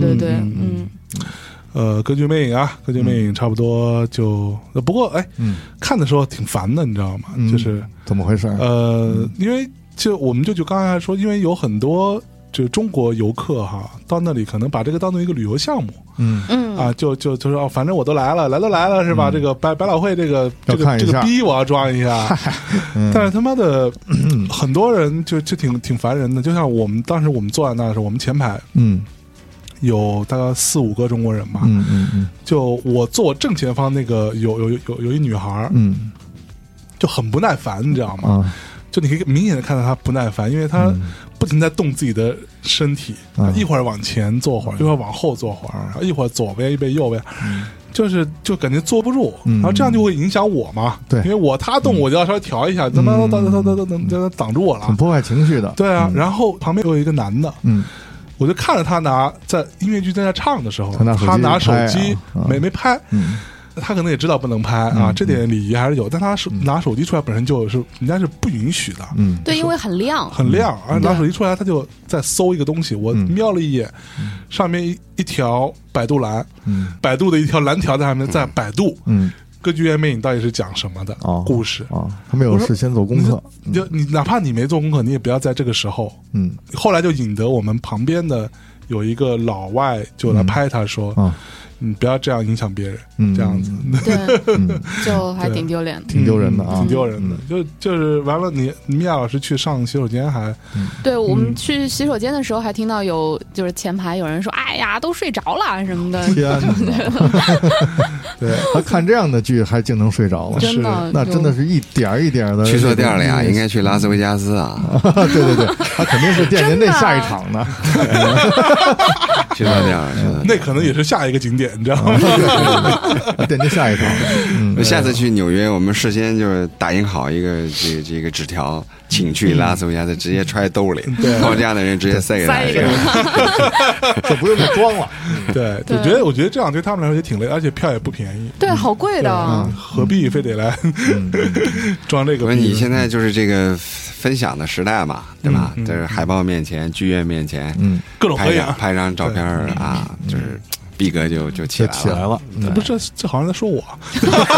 歌剧魅影啊，歌剧魅影差不多就不过看的时候挺烦的，你知道吗？就是怎么回事？ 因为我们就刚才还说，因为有很多就中国游客哈，到那里可能把这个当做一个旅游项目，就说反正我都来了是吧？这个百老汇这个逼我要装一下，但是他妈的很多人就挺烦人的，就像当时我们坐在那的时候，我们前排有大概4-5个中国人吧，就我坐我正前方那个有一女孩，就很不耐烦，你知道吗？就你可以明显的看到她不耐烦，因为她不停在动自己的身体，一会儿往前坐会儿，一会儿往后坐会儿，一会儿左边一边右边，就感觉坐不住，然后这样就会影响我嘛，对，因为他动我就要稍微调一下，他挡住我了， 很破坏情绪的， 对啊。然后旁边有一个男的，我就看着他在音乐剧在那唱的时候，他拿手机没拍，他可能也知道不能拍啊，这点礼仪还是有，但他拿手机出来本身就是人家是不允许的， 对，因为很亮， 而拿手机出来他就在搜一个东西，我瞄了一眼，上面一条百度栏，百度的一条蓝条在上面，在百度，歌剧院魅影到底是讲什么的故事他没有事先做功课， 你哪怕你没做功课，你也不要在这个时候，后来就引得我们旁边的有一个老外就来拍他说，你不要这样影响别人，这样子， 对，就还挺丢脸的， 挺丢人的啊， 挺丢人的。就是完了，米娅老师去上洗手间还， 对我们去洗手间的时候还听到就是前排有人说，哎呀，都睡着了什么的。 天哪！对，他看这样的剧还竟能睡着了， 真的， 那真的是一点一点的。 去错店了呀，应该去拉斯维加斯啊。 对，他肯定是店您那下一场呢。 去错店了， 那可能也是下一个景点。你知道吗？ 点击下一场。 下次去纽约，我们事先就是打印好一个这个纸条，请去拉斯维加斯，直接揣兜里，然后这样的人直接塞给他， 就不用再装了。 对，我觉得这样对他们来说也挺累，而且票也不便宜。 对，好贵的， 何必非得来装这个？ 你现在就是这个分享的时代嘛，对吧？就是海报面前、剧院面前， 各种合影， 拍张照片啊，就是。逼格就起来了， 不是这好像在说我，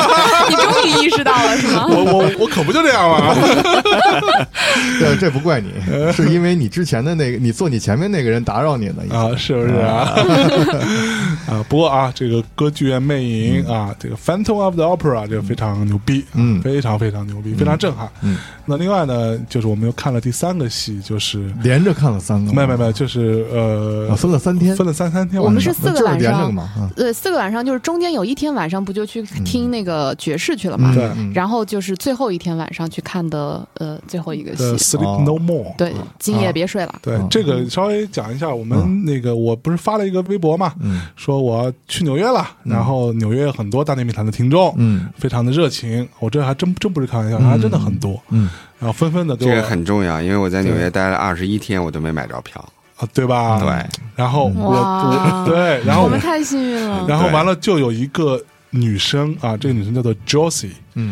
你终于意识到了是吗？ 我可不就这样吗？ 这不怪你，是因为你之前的那个，你坐你前面那个人打扰你了啊，是不是啊？啊，不过啊，这个歌剧院魅影啊，这个 Phantom of the Opera 就非常牛逼，非常非常牛逼，非常震撼。那另外呢，就是我们又看了第3个戏，就是连着看了3个， 没有，就是分了3天， 分了三天。 我们是4个晚上嘛， 对，4个晚上就是中间有1天晚上不就去听那个爵士去了嘛？ 对， 然后就是最后1天晚上去看的最后一个戏 Sleep No More， 对，今夜别睡了。 对，这个稍微讲一下，我们那个我不是发了一个微博嘛，说我要去纽约了，然后纽约有很多大内密谈的听众，非常的热情，我这还真不是开玩笑，还真的很多，然后纷纷的给我， 这个很重要，因为我在纽约待了21天，我都没买着票。 啊，对吧？ 对， 然后我对，然后我们太幸运了。 然后完了，就有一个女生啊，这个女生叫做 Joyce，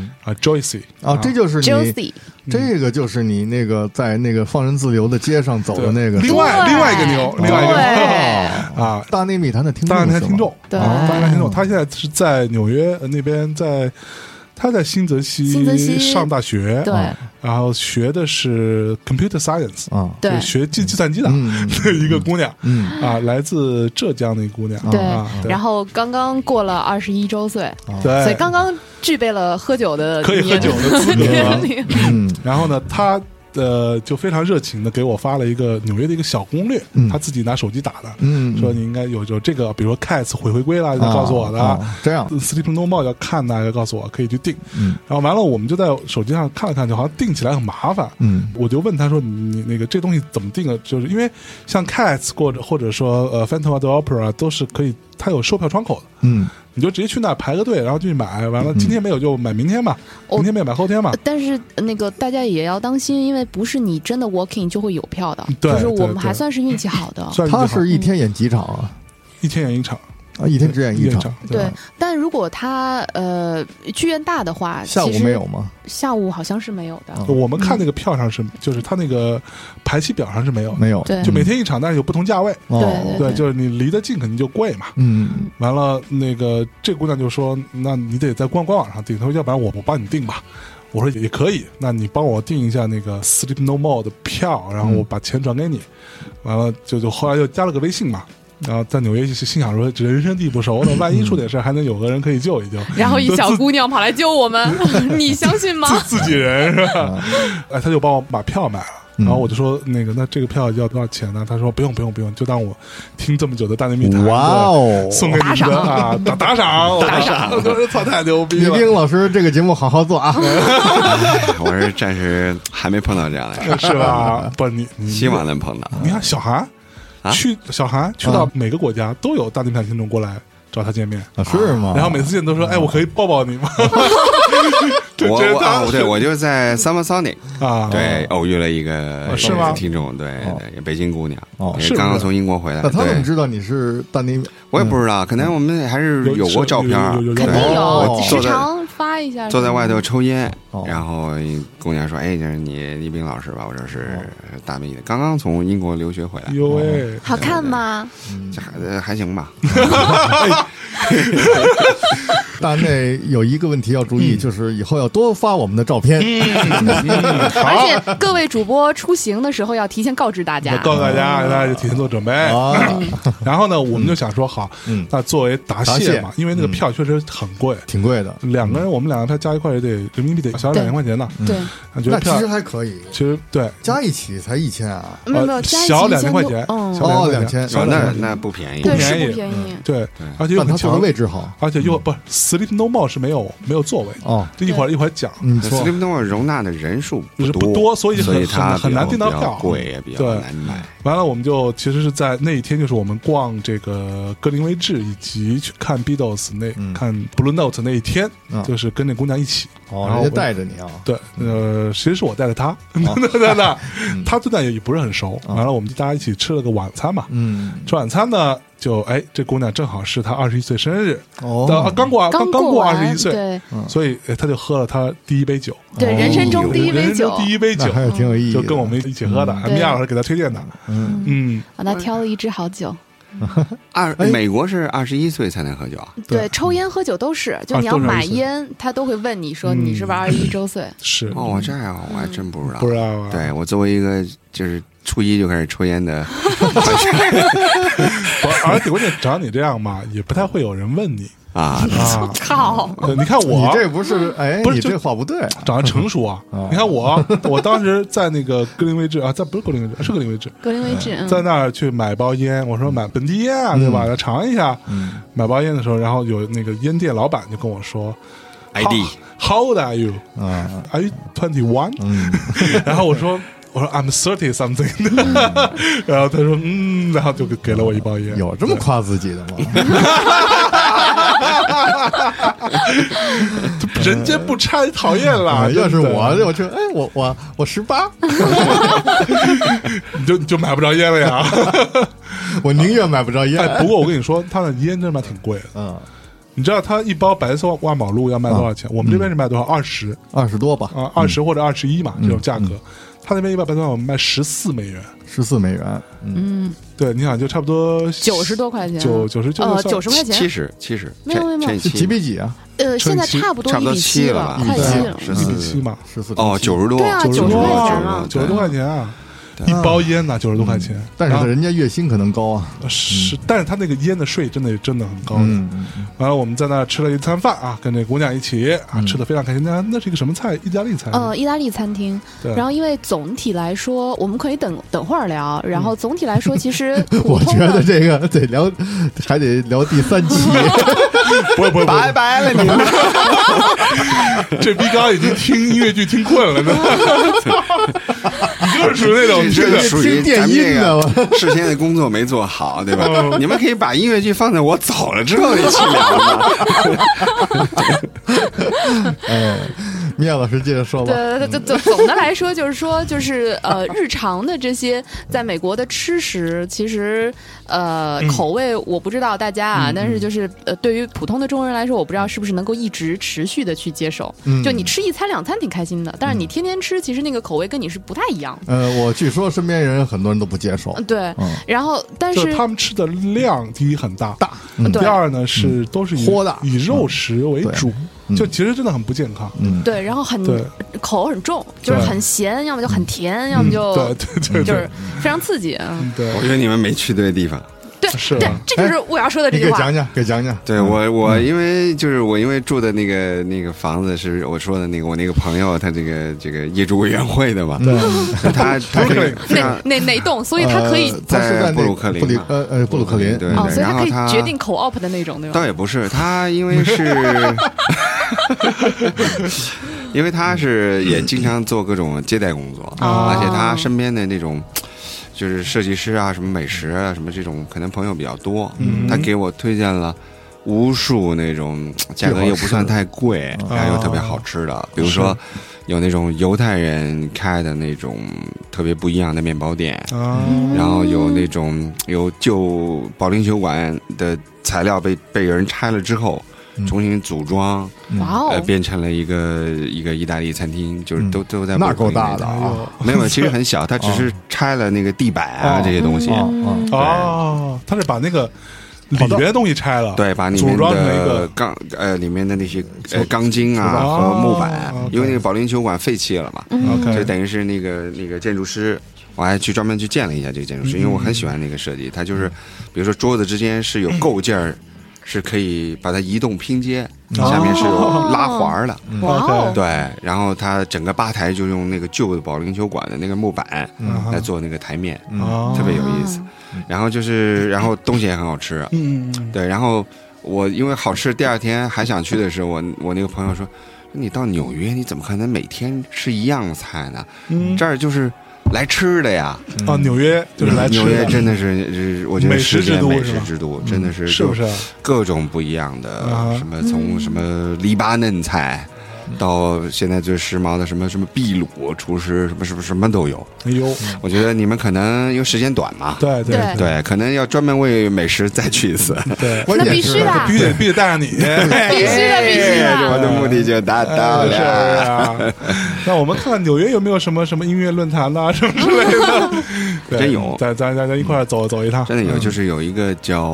Joyce 啊，这就是你 Joyce， 这个就是你那个在那个放任自流的街上走的那个， 另外一个牛啊， 大内密谈的听众， 大内密谈听众， 对， 大内密谈听众，他现在是在纽约那边，他在新泽西上大学， 对， 然后学的是 computer science 啊， 对， 学计算机的一个姑娘，啊，来自浙江的一个姑娘， 对， 然后刚刚过了21周岁， 对， 所以刚刚具备了喝酒的可以喝酒的资格，然后呢，他就非常热情的给我发了一个纽约的一个小攻略，他自己拿手机打的，说你应该有这个，比如说 Cats 回归了，要告诉我的， 这样 Sleep No More 要看的，要告诉我可以去订，然后完了我们就在手机上看了看，就好像订起来很麻烦，我就问他说你那个这东西怎么订啊？就是因为像 Cats 或者说Phantom of the Opera 都是可以，它有售票窗口的，你就直接去那排个队，然后就去买，完了今天没有就买明天嘛，明天没有买后天嘛。 但是那个大家也要当心，因为不是你真的 walk in 就会有票的， 对， 就是我们还算是运气好的。 他是一天演几场啊？ 一天演1场。 啊，一天只演1场， 对。但如果他剧院大的话， 下午没有吗？ 下午好像是没有的。 我们看那个票上是，就是他那个排期表上是没有， 对， 就每天1场，但是有不同价位。 对， 就是你离得近肯定就贵嘛。完了，那个这姑娘就说，那你得在官网上订，她说要不然我帮你订吧。我说也可以，那你帮我订一下那个 Sleep No More 的票，然后我把钱转给你。完了就后来又加了个微信嘛。然后在纽约心想说人生地不熟的，万一出点事还能有个人可以救一救。 然后一小姑娘跑来救我们，你相信吗？ 自己人是吧？哎，他就帮我把票买了。然后我就说那这个票要多少钱呢？他说不用，就当我听这么久的大内密谈， 哇哦， 送给你的啊，打赏，我操，太牛逼了！ 李冰老师这个节目好好做啊！ 我是暂时还没碰到这样的事， 是吧？不，你希望能碰到。 你看小韩。小韩去到每个国家都有大内密谈听众过来找他见面， 是吗？ 然后每次见都说：“哎，我可以抱抱你吗？” 我就在 Summer Sonic 啊， 对，偶遇了一个是吗？ 听众，对，北京姑娘， 是刚刚从英国回来。 那他怎么知道你是大内？ 我也不知道，可能我们还是有过照片， 肯定有，时常发一下。 坐在外头抽烟，然后姑娘说：“哎，这是你李冰老师吧？”我说是大内的，刚刚从英国留学回来。 哟喂， 好看吗？ 还行吧。 大内有一个问题要注意，就是以后要多发我们的照片。 而且各位主播出行的时候要提前告知大家， 告诉大家就提前做准备。然后呢，我们就想说好，那作为答谢嘛，因为那个票确实很贵， 挺贵的。 我们两个票加一块也得人民币得小2000块钱呢。 对， 那其实还可以。 其实对， 加一起才1000啊， 没有小2000块钱， 哦，2000， 那不便宜， 不便宜。 对，而且又他坐的位置好， 而且又不 Sleep No More 是没有座位哦， 这一会儿讲。 Sleep No More 容纳的人数不多，所以很难订到票， 贵也比较难买。 完了，我们就其实是在那一天，就是我们逛这个格林威治以及去看 Beatles 看 Blue Note 那一天，就是跟那姑娘一起。 哦，人家带着你啊？ 对，其实是我带着她，她对那也不是很熟。完了，我们就大家一起吃了个晚餐嘛。吃晚餐呢，就这姑娘正好是她21岁生日，刚过21岁， 对， 所以她就喝了她第一杯酒， 对，人生中第一杯酒， 还是挺有意义， 就跟我们一起喝的。米娅老师给她推荐的， 他挑了一支好酒。 美国是21岁才能喝酒啊？ 对，抽烟喝酒都是，就你要买烟，他都会问你说你是不是21周岁？ 是哦，这样我还真不知道。 不知道啊？ 对，我作为一个就是初一就开始抽烟的， 而且关键长你这样嘛，也不太会有人问你。 靠！ 你看我， 你这不是不是你这话不对， 长得成熟啊！你看我当时在那个格林威治啊，不是格林威治，是格林威治，在那儿去买包烟，我说买本地烟啊，对吧？要尝一下。买包烟的时候，然后有那个烟店老板就跟我说 ，How old are you？ Are you 21？然后我说 I'm 30 something， 然后他说然后就给了我一包烟。 有这么夸自己的吗？ 人间不拆，讨厌了。 要是我就我18， 你就买不着烟了呀。 我宁愿买不着烟。 不过我跟你说，他的烟真的挺贵的。你知道他一包白色万宝路要卖多少钱？我们这边是卖多少？20 多吧 ？20或者21嘛，这种价格。他那边一包白色万宝路卖14美元。 14美元， 对，你想就差不多 90多块钱 ，90 块钱 ，70， 没有， 几比几啊？ 现在差不多 1:7 了，快7了 ，1:7嘛 ，14 哦，90多， 对啊，90多块钱啊 ，90多块钱啊。一包烟呢90多块钱， 但是人家月薪可能高啊。 是，但是他那个烟的税真的很高的。完了，我们在那吃了一餐饭啊，跟这姑娘一起啊，吃的非常开心。那是一个什么菜？意大利菜。 意大利餐厅。然后因为总体来说，我们可以等会儿聊。然后总体来说，其实我觉得这个得聊，还得聊第3期。 不， 拜拜了你们。 这逼刚已经听音乐剧听困了呢。你就是属于那种这个属于电音的事先的工作没做好，对吧？你们可以把音乐剧放在我走了之后一起聊嘛。 米娅老师接着说吧。 对，总的来说就是日常的这些在美国的吃食，其实口味我不知道大家啊，但是就是对于普通的中国人来说，我不知道是不是能够一直持续的去接受。就你吃1餐2餐挺开心的，但是你天天吃，其实那个口味跟你是不太一样。 我据说身边人很多人都不接受。 对，然后但是他们吃的量第一很大，第二呢是都是以肉食为主。就其实真的很不健康， 对，然后口很重，就是很咸，要么就很甜，要么就对， 就是非常刺激。 对，我觉得你们没去对地方。 对，这就是我要说的这句话。 给讲讲。 对我因为住的那个房子是我说的那个我那个朋友他这个业主委员会的嘛，他可以哪栋，所以他可以在布鲁克林， 布鲁克林， 对， 所以他可以决定co-op的那种，对吧？ 倒也不是，他因为是。因为他是也经常做各种接待工作，而且他身边的那种就是设计师啊、什么美食啊、什么这种可能朋友比较多，他给我推荐了无数那种价格又不算太贵，然后又特别好吃的，比如说有那种犹太人开的那种特别不一样的面包店，然后有那种有旧保龄球馆的材料被人拆了之后。重新组装，变成了一个意大利餐厅，就是都在那够大的啊！ 没有，其实很小，它只是拆了那个地板啊这些东西。 他是把那个里面的东西拆了， 对，把里面的里面的那些钢筋啊和木板，因为那个保龄球馆废弃了嘛，就等于是那个建筑师。我还专门去见了一下这个建筑师，因为我很喜欢那个设计。它就是，比如说桌子之间是有构件儿。是可以把它移动拼接，下面是有拉环的，对，然后它整个吧台就用那个旧的保龄球馆的那个木板来做那个台面，特别有意思。然后东西也很好吃，对，然后我因为好吃，第二天还想去的时候，我那个朋友说，你到纽约你怎么可能每天吃一样的菜呢？这儿就是来吃的呀！ 纽约就是来吃的。 纽约真的是，我觉得世界美食之都，真的是是不是各种不一样的？什么从什么黎巴嫩菜，到现在最时髦的什么秘鲁厨师，什么都有。 哎呦， 我觉得你们可能因为时间短嘛， 对， 可能要专门为美食再去一次。 对， 那必须的， 必须带上你，必须的， 我的目的就达到了。 那我们看看纽约有没有什么音乐论坛呐，什么之类的。 真有， 咱一块儿走一趟。 真的有，就是有一个叫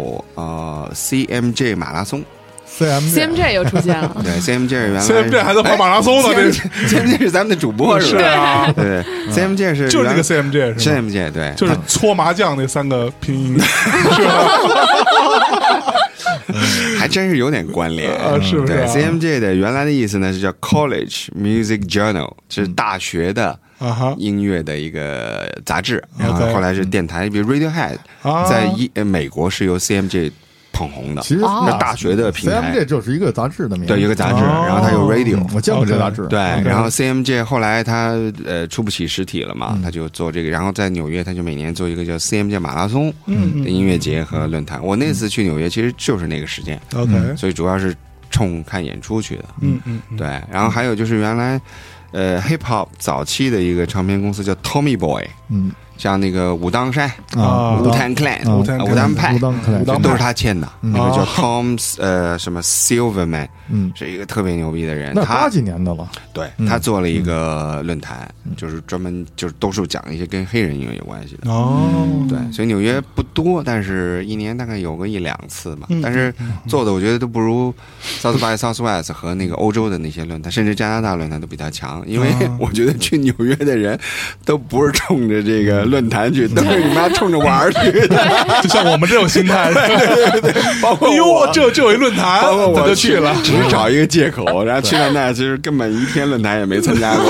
CMJ 马拉松。 CMJ 又出现了， 对 CMJ 原来 CMJ 还在跑马拉松呢，这 CMJ 是咱们的主播是吧？ 是啊， 对 CMJ 是就是那个 CMJ 是吧 CMJ 对， 就是搓麻将那3个拼音，是吧？ 还真是有点关联啊，是不是？ 对 CMJ 的原来的意思呢是叫 College Music Journal， 是大学的音乐的一个杂志，然后后来是电台，比如 Radiohead 在美国是由 CMJ捧红的， 其实是大学的平台， CMJ 就是一个杂志的名字， 对，一个杂志，然后它有 radio， 我见过这杂志， 对，然后 CMJ 后来它出不起实体了嘛，他就做这个，然后在纽约他就每年做一个叫 CMJ 马拉松的音乐节和论坛。我那次去纽约其实就是那个时间 ，OK， 所以主要是冲看演出去的，对，然后还有就是原来hip hop 早期的一个唱片公司叫 Tommy Boy， 像那个武当山武当 clan 武当派都是他签的，那个叫 Tom 什么 Silverman， 是一个特别牛逼的人， 那80几年的了， 对，他做了一个论坛，就是专门就是都是讲一些跟黑人音乐有关系的对，所以纽约不多，但是一年大概有个1-2次嘛，但是做的我觉得都不如 South by Southwest 和那个欧洲的那些论坛，甚至加拿大论坛都比他强，因为我觉得去纽约的人都不是冲着这个论坛去，都是你妈冲着玩去的， 就像我们这种心态， 对，包括我这有一论坛， 包括我就去了， 只是找一个借口，然后去到那其实根本一天论坛也没参加过，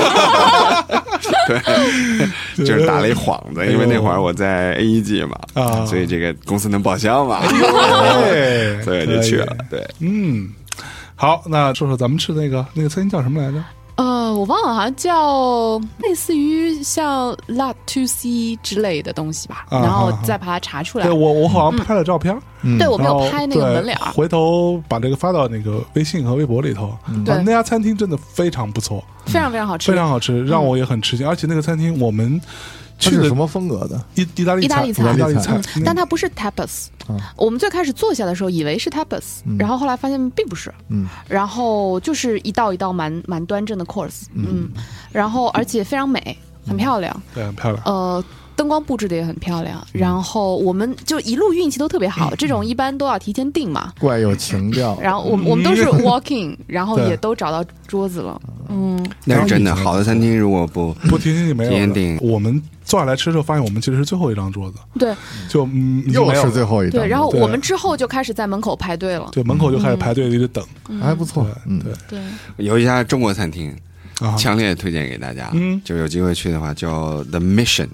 对，就是打了一幌子，因为那会儿我在 AEG 嘛，所以这个公司能报销嘛，所以就去了，对， 好，那说说咱们吃那个餐厅叫什么来着？ 我忘了，好像叫类似于像 La To C 之类的东西吧，然后再把它查出来。 对，我好像拍了照片， 对，我没有拍那个门脸， 回头把这个发到那个微信和微博里头。对，那家餐厅真的非常不错， 非常非常好吃， 非常好吃，让我也很吃惊。而且那个餐厅我们去的什么风格的？ 意大利菜， 但它不是 tapas。我们最开始坐下的时候以为是 tapas，然后后来发现并不是。然后就是一道一道蛮端正的 course。然后而且非常美，很漂亮。 对，很漂亮。 灯光布置的也很漂亮，然后我们就一路运气都特别好，这种一般都要提前订嘛， 怪有情调。 然后我们都是 walking， 然后也都找到桌子了。 那是真的，好的餐厅如果不提前没有提前订， 我们坐下来吃的时候发现我们其实是最后一张桌子， 对， 就又是最后一张， 对，然后我们之后就开始在门口排队了， 对，门口就开始排队一直等， 还不错， 对， 有一家中国餐厅，强烈推荐给大家，就有机会去的话叫 The Mission。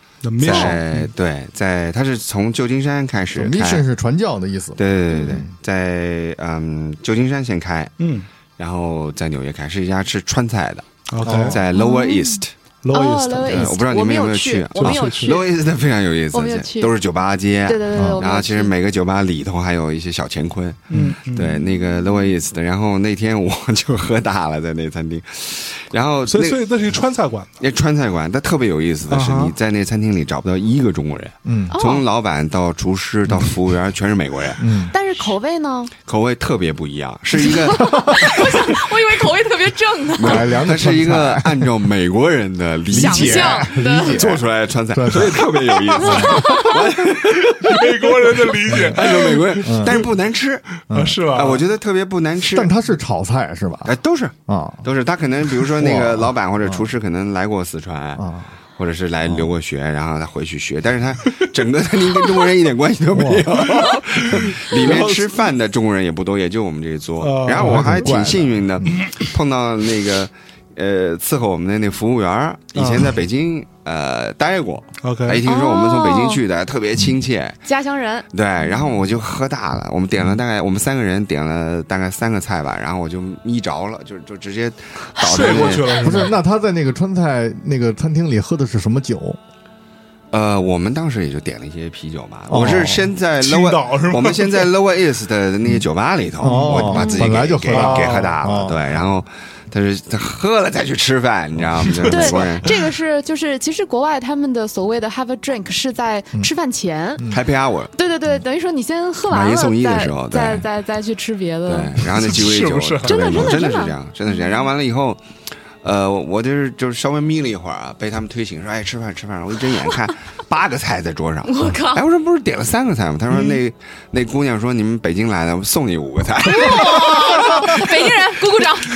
在它是从旧金山开始开 ，Mission 是传教的意思。 对，在旧金山先开，然后在纽约开，是一家吃川菜的，在 Lower East。我不知道你们有没有去， 我没有去。 Lower East 非常有意思，都是酒吧街， 对。 然后其实每个酒吧里头还有一些小乾坤，对，那个 Lower East。然后那天我就喝大了，在那餐厅。然后所以那是一川菜馆， 那川菜馆，但特别有意思的是，你在那餐厅里找不到一个中国人，从老板到厨师到服务员全是美国人， 但是口味呢？ 口味特别不一样，是一个， 我以为口味特别正呢， 它是一个按照美国人的理解做出来的川菜，所以特别有意思。 美国人的理解， 按照美国人，但是不难吃， 是吧？ 我觉得特别不难吃， 但它是炒菜是吧？ 都是都是。他可能比如说那个老板或者厨师可能来过四川或者是来留过学，然后他回去学，但是他整个餐厅跟中国人一点关系都没有。里面吃饭的中国人也不多，也就我们这一桌。然后我还挺幸运的，碰到那个伺候我们的那服务员，以前在北京待过。一听说我们从北京去的，特别亲切， 家乡人。 对，然后我就喝大了，我们点了大概我们3个人点了大概3个菜吧，然后我就眯着了，就直接倒睡过去了。 不是，那他在那个川菜那个餐厅里喝的是什么酒？ 我们当时也就点了一些啤酒嘛。我是先在 Lower， 我们先在 Lower East 的那些酒吧里头，我把自己给喝大了，对，然后。他喝了再去吃饭，你知道吗？ 对，这个是就是其实国外他们的所谓的 have a drink 是在吃饭前 happy hour。 对，等于说你先喝完了， 买一送一的时候， 再去吃别的。 对，然后那鸡尾酒， 真的是这样，真的是这样。然后完了以后， 我就是稍微眯了一会儿啊，被他们推醒说，哎，吃饭。我一睁眼看8个菜在桌上， 我靠！ 哎，我说不是点了3个菜吗？他说那姑娘说你们北京来的，我送你5个菜。 北京人鼓鼓掌。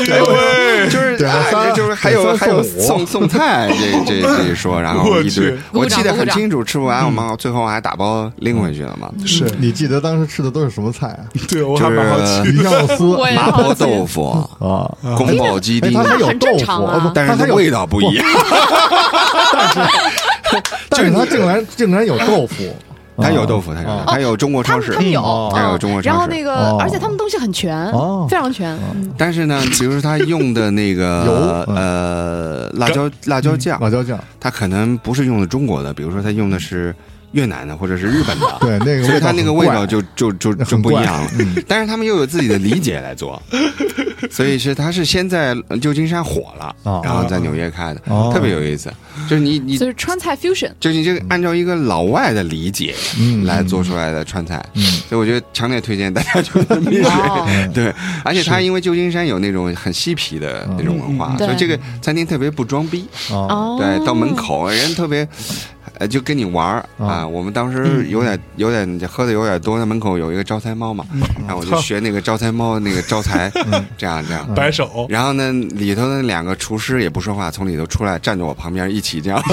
就是还有送菜这一说，然后一堆，我记得很清楚，吃不完，我们最后还打包拎回去了嘛。 是你记得当时吃的都是什么菜啊？ 对，我还蛮好奇。 鱼香肉丝、 麻婆豆腐啊，宫保鸡丁， 它还有豆腐， 但是味道不一样。 但是它竟然有豆腐。 它有豆腐，它有中国超市， 他们有中国超市。 然后那个，而且他们东西很全，非常全。 但是呢，比如说他用的那个辣椒酱，它可能不是用的中国的，比如说他用的是越南的或者是日本的， 对，那个所以它那个味道就不一样了。但是他们又有自己的理解来做，所以他是先在旧金山火了，然后在纽约开的，特别有意思。就是你就是川菜 fusion， 就是你这个按照一个老外的理解来做出来的川菜，所以我觉得强烈推荐大家去密室。对，而且它因为旧金山有那种很嬉皮的那种文化，所以这个餐厅特别不装逼。对，到门口人特别。就跟你玩啊！我们当时有点喝的有点多，那门口有一个招财猫嘛，然后我就学那个招财猫那个招财，这样摆手。 然后呢，里头的2个厨师也不说话，从里头出来站着我旁边一起这样，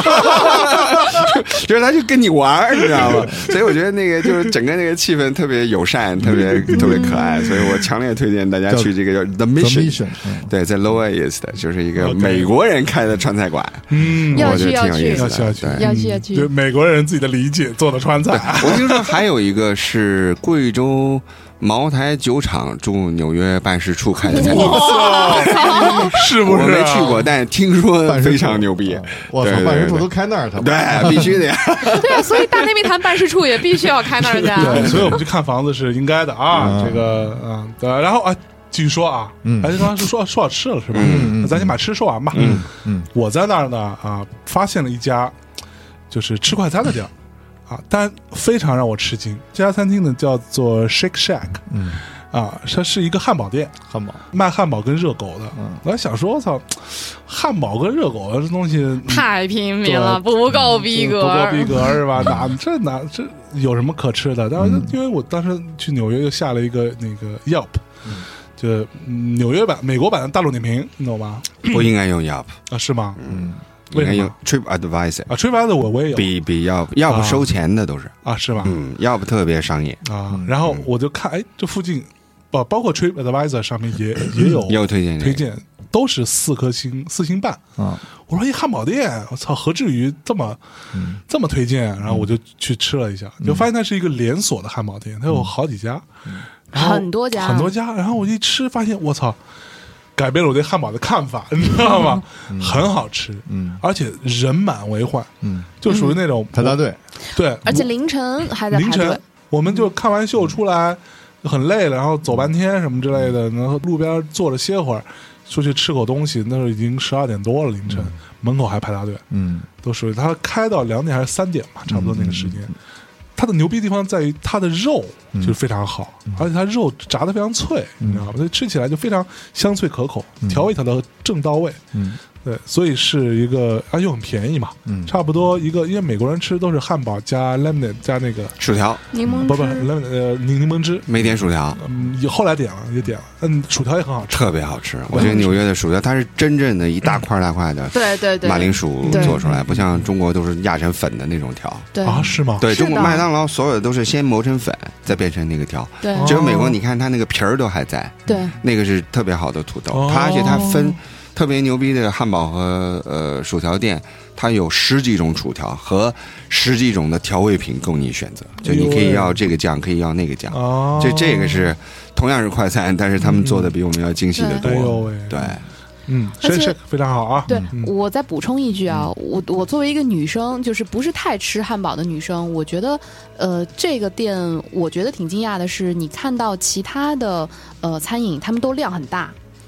就是他就跟你玩，你知道吗？所以我觉得那个就是整个那个气氛特别友善，特别可爱，所以我强烈推荐大家去这个叫 The Mission， 对，在 Lower East， 就是一个美国人开的川菜馆，我觉得挺有意思的， 要去。 就美国人自己的理解做的川菜。 我听说还有一个是贵州茅台酒厂驻纽约办事处开的餐厅， 是不是？ 我没去过，但听说非常牛逼。 我操，办事处都开那儿，他对，必须的呀。 对，所以大内密谈办事处也必须要开那儿的。 对，所以我们去看房子是应该的啊。这个对，然后啊。继续说啊，还是刚刚说好吃了是吧？咱先把吃说完吧。我在那儿呢发现了一家就是吃快餐的店啊，但非常让我吃惊。这家餐厅呢叫做 Shake Shack，它是一个汉堡店，卖汉堡跟热狗的。我还想说，我操，汉堡跟热狗这东西太平民了，不够逼格是吧？这有什么可吃的？但是因为我当时去纽约又下了一个那个 Yelp。就纽约版、美国版的大众点评，你懂吗？ 不应该用 Yelp 啊？是吗？ 应该用 TripAdvisor 啊 ，TripAdvisor 我也有， 比 Yelp 收钱的都是啊，是吧 ？Yelp 特别商业啊。然后我就看，哎，这附近包括 TripAdvisor 上面也有推荐， 都是4颗星、4星半啊。我说一汉堡店，我操，何至于这么推荐？然后我就去吃了一下，就发现它是一个连锁的汉堡店，它有好几家。 很多家， 然后我一吃发现，我操，改变了我对汉堡的看法，你知道吗？很好吃，而且人满为患，就属于那种排大队， 对， 而且凌晨还在排队。凌晨我们就看完秀出来很累了，然后走半天什么之类的，然后路边坐着歇会儿，出去吃口东西，那时候已经12点多了，凌晨门口还排大队，都属于他开到2点还是3点吧，差不多那个时间。它的牛逼地方在于它的肉就是非常好，而且它肉炸得非常脆，你知道吗？所以吃起来就非常香脆可口，调味调的正到位。对，所以是一个又很便宜嘛，差不多一个，因为美国人吃都是汉堡加 lemonade 加那个薯条， 柠檬不柠檬汁， 没点薯条， 后来点了，薯条也很好吃， 特别好吃。我觉得纽约的薯条它是真正的一大块大块的， 对马铃薯做出来，不像中国都是压成粉的那种条。 对啊，是吗？ 对，中国麦当劳所有的都是先磨成粉，再变成那个条。 对， 只有美国，你看它那个皮儿都还在。 对， 那个是特别好的土豆，而且它分。特别牛逼的汉堡和薯条店，它有10几种薯条和10几种的调味品供你选择，就你可以要这个酱，可以要那个酱。就这个是同样是快餐，但是他们做的比我们要精细的多。对， 是非常好啊。 对，我再补充一句啊，我作为一个女生，就是不是太吃汉堡的女生，我觉得这个店我觉得挺惊讶的是，你看到其他的餐饮他们都量很大。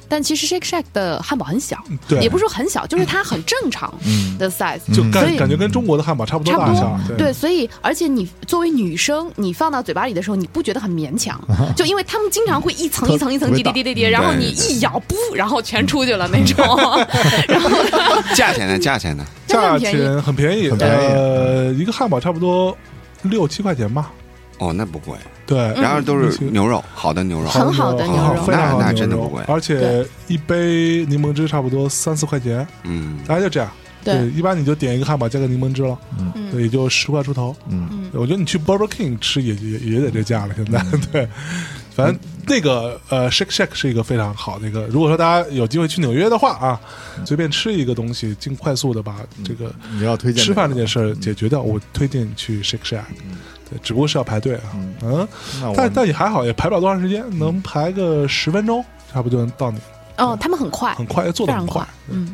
但其实 Shake Shack 的汉堡很小， 对， 也不是说很小，就是它很正常的 size， 就感觉跟中国的汉堡差不多大小。 对，所以而且你作为女生，你放到嘴巴里的时候，你不觉得很勉强？就因为他们经常会一层一层一层叠，然后你一咬不，然后全出去了那种。然后价钱呢？ 价钱很便宜，一个汉堡差不多6-7块钱吧。 哦，那不贵。 对， 然后都是牛肉，好的牛肉， 很好的牛肉， 那真的不贵。 而且一杯柠檬汁差不多3-4块钱，大概就这样。对，一般你就点一个汉堡加个柠檬汁了，对，也就10块出头。我觉得你去 Burger King 吃也得这价了，现在对。反正那个Shake Shack 是一个非常好的一个，如果说大家有机会去纽约的话啊，随便吃一个东西，尽快速的把这个你要推荐吃饭这件事儿解决掉，我推荐去 Shake Shack。对，只不过是要排队啊，但也还好，也排不了多长时间，能排个10分钟，差不多就能到你。 哦，他们很快， 做得很快。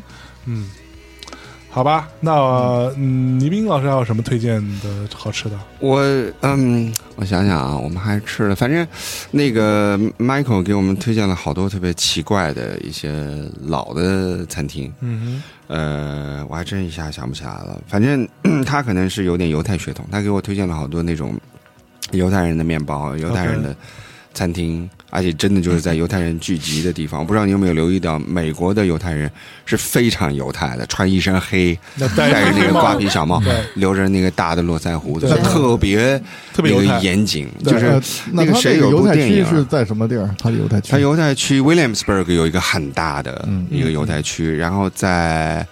好吧，那倪斌老师还有什么推荐的好吃的？ 我想想啊，我们还吃了，反正那个 Michael 给我们推荐了好多特别奇怪的一些老的餐厅。我还真一下想不起来了。反正他可能是有点犹太血统，他给我推荐了好多那种犹太人的面包、犹太人的餐厅，而且真的就是在犹太人聚集的地方。我不知道你有没有留意到，美国的犹太人是非常犹太的，穿一身黑，戴着那个瓜皮小帽，留着那个大的络腮胡子，特别那个严谨。就是那个谁有部电影是在什么地儿？他的犹太区， 他犹太区 Williamsburg 有一个很大的一个犹太区，然后在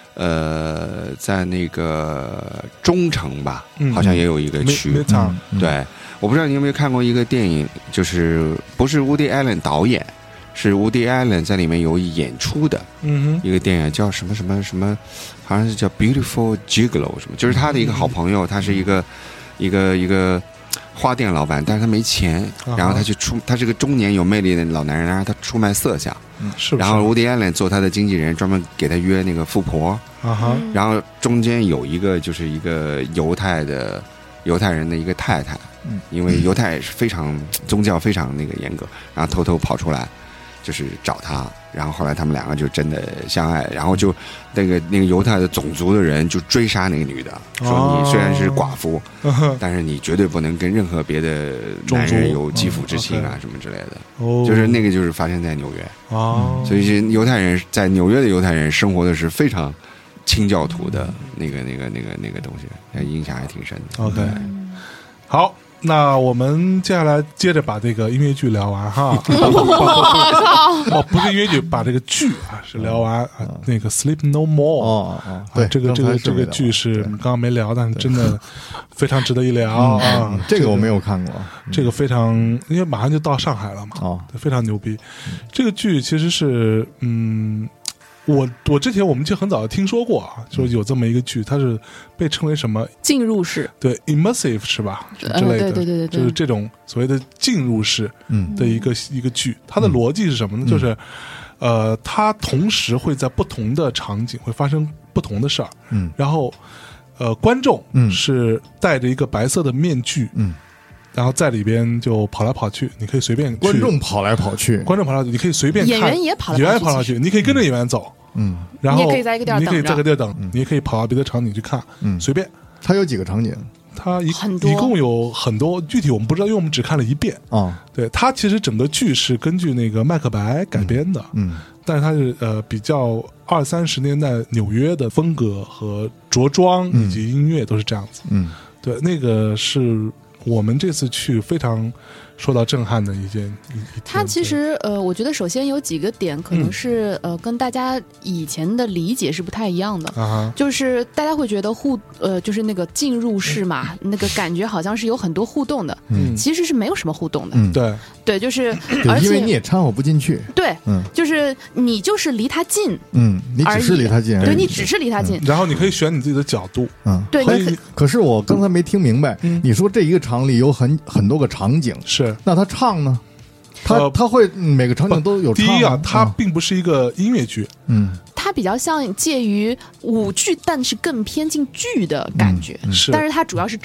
那个中城吧，好像也有一个区。对。我不知道你有没有看过一个电影，就是不是 Woody Allen 导演，是 Woody Allen 在里面有演出的一个电影，叫什么什么什么，好像是叫 Beautiful Gigolo 什么，就是他的一个好朋友，他是一个花店老板，但是他没钱，然后他是个中年有魅力的老男人，然后他出卖色相，然后 Woody Allen 做他的经纪人，专门给他约那个富婆，然后中间有一个就是一个犹太人的一个太太。因为犹太是非常宗教非常那个严格，然后偷偷跑出来就是找他，然后后来他们两个就真的相爱，然后就那个犹太的种族的人就追杀那个女的，说你虽然是寡妇，但是你绝对不能跟任何别的男人有肌肤之亲啊什么之类的。就是那个就是发生在纽约，所以犹太人在纽约的犹太人生活的是非常清教徒的那个东西，印象还挺深的。 OK， 好。那我们接下来接着把这个音乐剧聊完哈。不是音乐剧，把这个剧啊是聊完那个 Sleep No More。对，这个剧是刚刚没聊，但是真的非常值得一聊啊。 这个我没有看过， 这个非常，因为马上就到上海了嘛，非常牛逼。这个剧其实是我之前我们就很早就听说过啊，就是有这么一个剧，它是被称为什么进入式， 对 immersive 是吧之类的， 对， 就是这种所谓的进入式的一个剧。它的逻辑是什么呢？就是它同时会在不同的场景会发生不同的事儿，然后观众是戴着一个白色的面具，然后在里边就跑来跑去，你可以随便去。 观众跑来跑去， 你可以随便看。 演员也跑来跑去， 你可以跟着演员走。然后你也可以在一个地儿等， 你可以在个地儿等，你也可以跑到别的场景去看。随便。 它有几个场景？ 它一共有很多，具体我们不知道，因为我们只看了一遍。对，它其实整个剧是根据那个《麦克白》改编的。但是它是比较20-30年代纽约的风格和着装以及音乐都是这样子。对，那个是我们这次去非常受到震撼的一件。 它其实我觉得首先有几个点可能是跟大家以前的理解是不太一样的，就是大家会觉得就是那个进入式嘛，那个感觉好像是有很多互动的，其实是没有什么互动的。对，就是而且因为你也掺和不进去。 对，就是你就是离他近， 你只是离他近， 对，你只是离他近， 然后你可以选你自己的角度， 对。 可是我刚才没听明白，你说这一个场里有很多个场景， 是那他唱呢？他会每个场景都有唱。 第一啊，它并不是一个音乐剧， 它比较像介于舞剧，但是更偏近剧的感觉。但是它主要是肢体。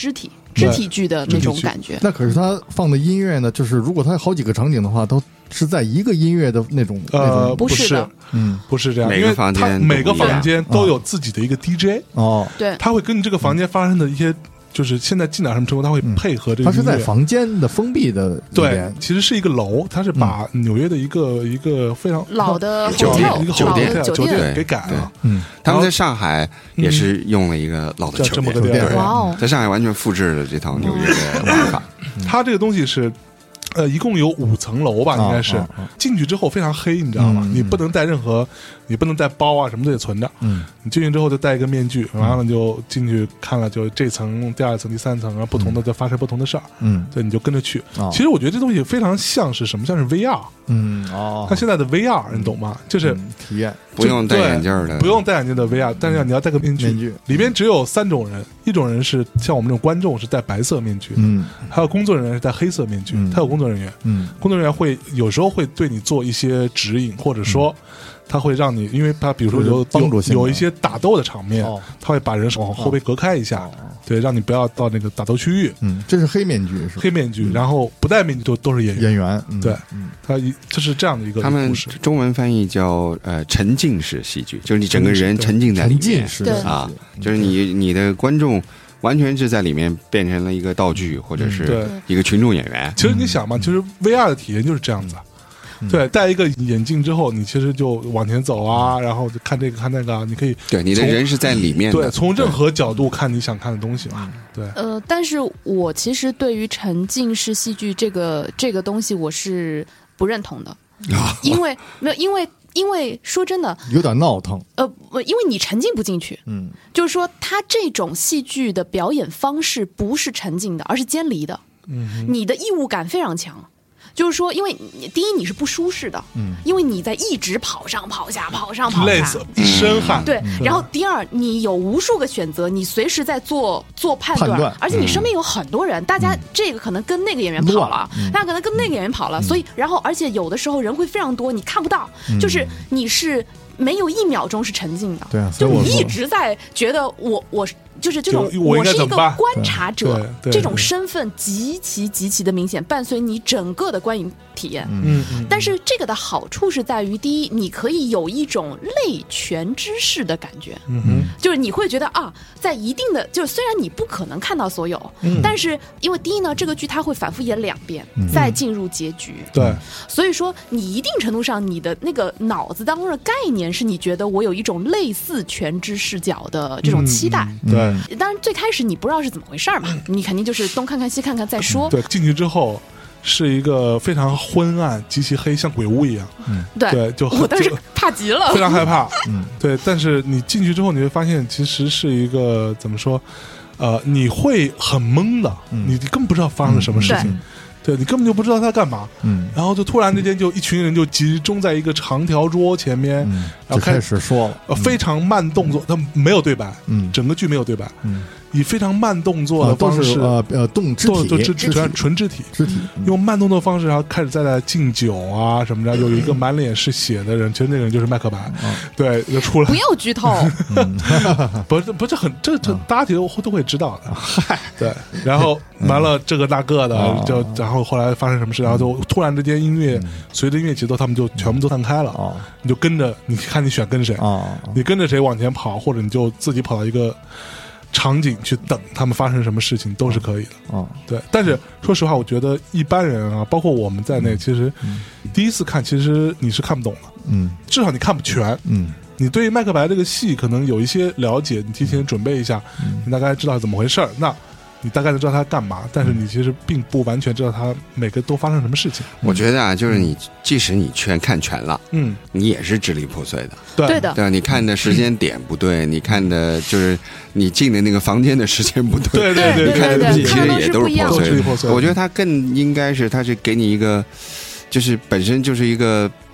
肢体剧的那种感觉。 那可是他放的音乐呢，就是如果他有好几个场景的话，都是在一个音乐的那种不是的， 不是这样， 每个房间每个房间都有自己的一个 DJ 哦， 对， 他会根据这个房间发生的一些。就是现在进展什么程度，他会配合这个。 他是在房间的封闭的对，其实是一个楼，他是把纽约的一个非常老的酒店给改了。 他们在上海也是用了一个老的酒店， 哇哦， 在上海完全复制了这套纽约的玩法。 他这个东西是。一共有5层楼吧，应该是。进去之后非常黑，你知道吗？你不能带任何，你不能带包啊，什么都得存着。你进去之后就戴一个面具，完了就进去看了，就这层、第2层、第3层啊，不同的在发生不同的事儿。对，你就跟着去。其实我觉得这东西非常像是什么？像是 VR。它现在的 VR 你懂吗？就是体验， 不用戴眼镜的， 不用戴眼镜的 VR，但是你要戴个面具。里边只有3种人，一种人是像我们这种观众是戴白色面具，还有工作人员是戴黑色面具，他有工作人员，工作人员会有时候会对你做一些指引，或者说他会让你，因为他比如说有一些打斗的场面，他会把人往后背隔开一下，对，让你不要到那个打斗区域。 这是黑面具，是吧？ 黑面具，然后不戴面具都是演员，对，他就是这样的一个故事。 他们中文翻译叫沉浸式戏剧，就是你整个人沉浸在里面啊，就是你的观众。完全是在里面变成了一个道具，或者是一个群众演员。 其实你想嘛，其实 VR 的体验就是这样子。对，戴一个眼镜之后，你其实就往前走啊，然后就看这个看那个，你可以对你的人是在里面的， 对，从任何角度看你想看的东西嘛。对， 但是我其实对于沉浸式戏剧这个东西我是不认同的，因为说真的有点闹腾， 因为你沉浸不进去，就是说他这种戏剧的表演方式不是沉浸的，而是监离的，你的异物感非常强。就是说，因为第一你是不舒适的，因为你在一直跑上跑下， 累死，一身汗。 对，然后第二，你有无数个选择，你随时在做判断，而且你身边有很多人，大家这个可能跟那个演员跑了，那可能跟那个演员跑了，所以然后而且有的时候人会非常多，你看不到，就是你是没有1秒钟是沉浸的， 对啊， 就你一直在觉得我就是这种我是一个观察者，这种身份极其的明显，伴随你整个的观影体验。但是这个的好处是在于，第一，你可以有一种类全知识的感觉，就是你会觉得啊，在一定的，就是虽然你不可能看到所有，但是因为第一呢，这个剧它会反复演2遍，再进入结局， 对，所以说你一定程度上你的那个脑子当中的概念是你觉得我有一种类似全知视角的这种期待， 对。 当然最开始你不知道是怎么回事嘛，你肯定就是东看看西看看再说。 对，进去之后是一个非常昏暗、极其黑，像鬼屋一样。对，就我当时怕极了， 非常害怕。对，但是你进去之后，你会发现其实是一个怎么说？你会很懵的，你根本不知道发生了什么事情。对，你根本就不知道他干嘛，然后就突然之间就一群人就集中在一个长条桌前面，然后开始说了， 非常慢动作，他没有对白，整个剧没有对白，以非常慢动作的方式， 动肢体， 纯肢体，用慢动作的方式，然后开始在敬酒啊什么的，有一个满脸是血的人，其实那个人就是麦克白，对，就出来， 不要剧透， 不是很这大家都会知道的，对，然后完了这个那个的，就然后后来发生什么事，然后就突然之间音乐随着音乐节奏，他们就全部都散开了，你就跟着，你看你选跟谁，你跟着谁往前跑，或者你就自己跑到一个场景去等他们发生什么事情都是可以的，对。但是说实话，我觉得一般人啊，包括我们在内，其实第一次看，其实你是看不懂的，至少你看不全，你对于麦克白这个戏可能有一些了解，你提前准备一下，你大概知道怎么回事儿，那你大概能知道他干嘛，但是你其实并不完全知道他每个都发生什么事情。 我觉得啊，就是你即使你看全了，你也是支离破碎的。 对的， 对，你看的时间点不对，你看的就是你进的那个房间的时间不对， 对， 你看的东西其实也都是破碎的。 破碎。 我觉得他更应该是，他是给你一个。就是本身就是一个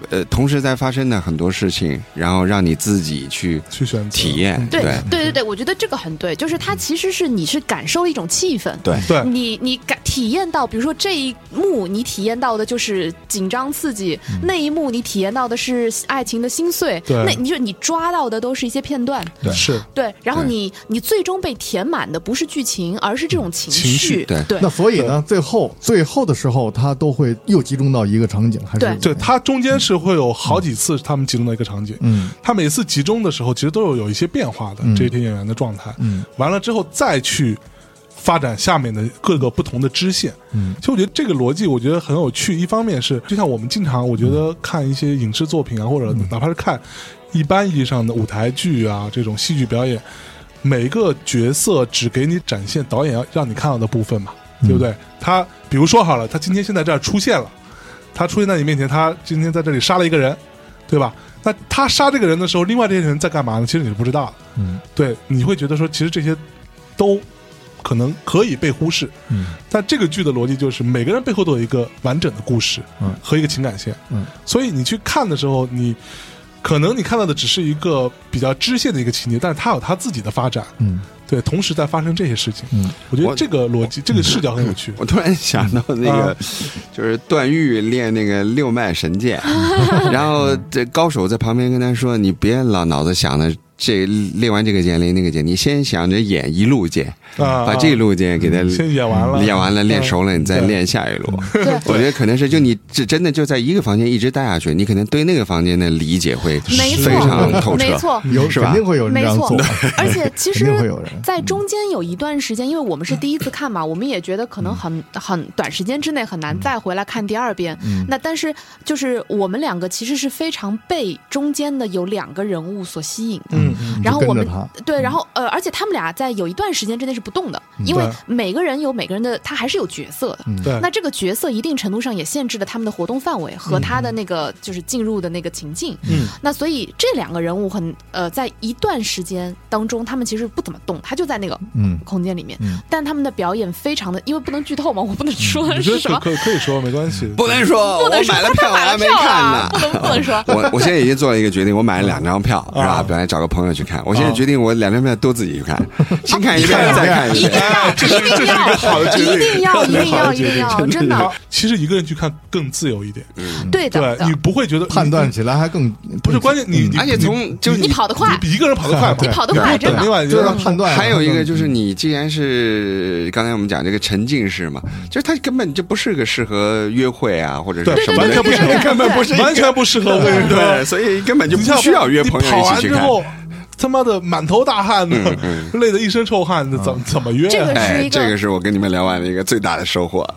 同时在发生的很多事情，然后让你自己去选择体验。 对，我觉得这个很对，就是它其实是你是感受一种气氛， 对， 你体验到，比如说这一幕你体验到的就是紧张刺激，那一幕你体验到的是爱情的心碎，那你抓到的都是一些片段，对，然后你最终被填满的不是剧情，而是这种情绪，对。 那所以呢，最后的时候，它都会又集中到一个场景，还是对，它中间是会有好几次他们集中到一个场景，它每次集中的时候，其实都有一些变化的，这一天演员的状态，完了之后再去发展下面的各个不同的支线，其实我觉得这个逻辑我觉得很有趣。一方面是就像我们经常我觉得看一些影视作品啊，或者哪怕是看一般意义上的舞台剧啊，这种戏剧表演，每个角色只给你展现导演要让你看到的部分嘛，对不对？他比如说好了，他今天现在这儿出现了，他出现在你面前，他今天在这里杀了一个人，对吧？那他杀这个人的时候，另外这些人在干嘛呢？其实你是不知道的，对，你会觉得说其实这些都可能可以被忽视，但这个剧的逻辑就是每个人背后都有一个完整的故事，和一个情感线，所以你去看的时候，你可能你看到的只是一个比较支线的一个情节，但是它有它自己的发展，对，同时在发生这些事情，我觉得这个逻辑，这个视角很有趣。 我突然想到那个，就是段誉练那个六脉神剑，然后这高手在旁边跟他说：“你别老脑子想的。”这练完这个剑练那个剑，你先想着演一路剑，把这一路剑给他先演完了， 练熟了，你再练下一路。我觉得可能是就你真的就在一个房间一直待下去，你可能对那个房间的理解会非常透彻， 没错， 是吧？ 肯定会有人这样做， 而且其实在中间有一段时间，因为我们是第一次看嘛，我们也觉得可能很短时间之内很难再回来看第二遍。那但是就是我们两个其实是非常被中间的有两个人物所吸引的。然后我们对，然后而且他们俩在有一段时间之内是不动的，因为每个人有每个人的，他还是有角色的。那这个角色一定程度上也限制了他们的活动范围和他的那个就是进入的那个情境。那所以这两个人物在一段时间当中，他们其实不怎么动，他就在那个空间里面。但他们的表演非常的，因为不能剧透嘛，我不能说是什么。 可以说没关系， 不能说，我买了票我还没看呢， 不能说。 我现在已经做了一个决定，我买了2张票，是吧？本来找个朋友去看，我现在决定我2张票都自己去看，先看一遍再看一遍， 这是一个好的决定， 一定要，真的。 其实一个人去看更自由一点， 对的， 你不会觉得判断起来还更不是关键， 而且从就是你跑得快， 比一个人跑得快， 你跑得快，真的。 另外就是判断， 还有一个就是你既然是刚才我们讲这个沉浸式嘛，就是它根本就不是个适合约会啊，或者是什么， 完全不适合， 根本不是， 完全不适合， 对，所以根本就不需要约朋友一起去看。 他妈的满头大汗的，累得一身臭汗的，怎么约？ 这个是我跟你们聊完的一个最大的收获。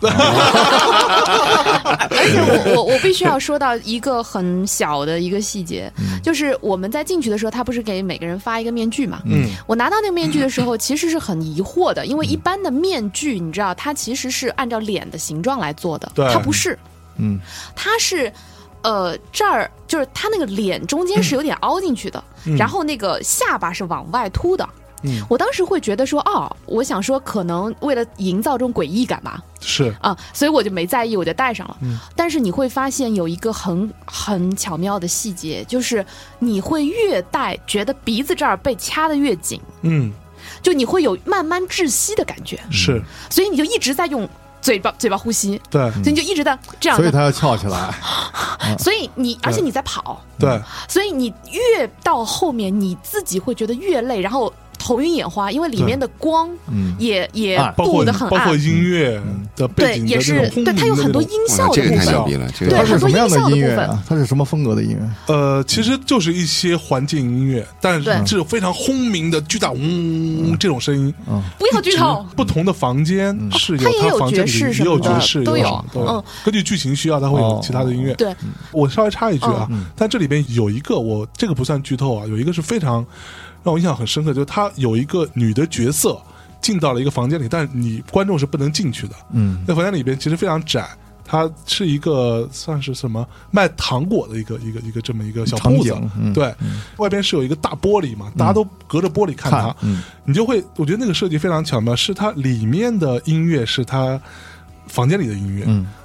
而且我必须要说到一个很小的一个细节，就是我们在进去的时候，他不是给每个人发一个面具嘛？我拿到那个面具的时候，其实是很疑惑的，因为一般的面具，你知道，它其实是按照脸的形状来做的，它不是，它是。这儿就是他那个脸中间是有点凹进去的，然后那个下巴是往外凸的。我当时会觉得说，我想说可能为了营造这种诡异感吧， 是啊，所以我就没在意，我就戴上了。但是你会发现有一个很巧妙的细节，就是你会越戴觉得鼻子这儿被掐得越紧，就你会有慢慢窒息的感觉， 是， 所以你就一直在用。嘴巴呼吸， 对， 所以你就一直在这样， 所以它要翘起来， 所以而且你在跑， 对， 所以你越到后面，你自己会觉得越累，然后头晕眼花，因为里面的光也布得很暗， 包括音乐的背景， 对，也是对，它有很多音效的部分， 对， 它是什么样的音乐啊？它是什么风格的音乐？其实就是一些环境音乐，但是是非常轰鸣的巨大这种声音。 不要剧透。 不同的房间是有它房间里也有爵士， 都有。 根据剧情需要，它会有其他的音乐。 对， 我稍微插一句啊，但这里边有一个这个不算剧透啊，有一个是非常让我印象很深刻，就是他有一个女的角色进到了一个房间里，但是你观众是不能进去的。那房间里边其实非常窄，它是一个算是什么卖糖果的一个这么一个小铺子，对，外边是有一个大玻璃嘛，大家都隔着玻璃看它，你就会，我觉得那个设计非常巧妙，是它里面的音乐是它房间里的音乐，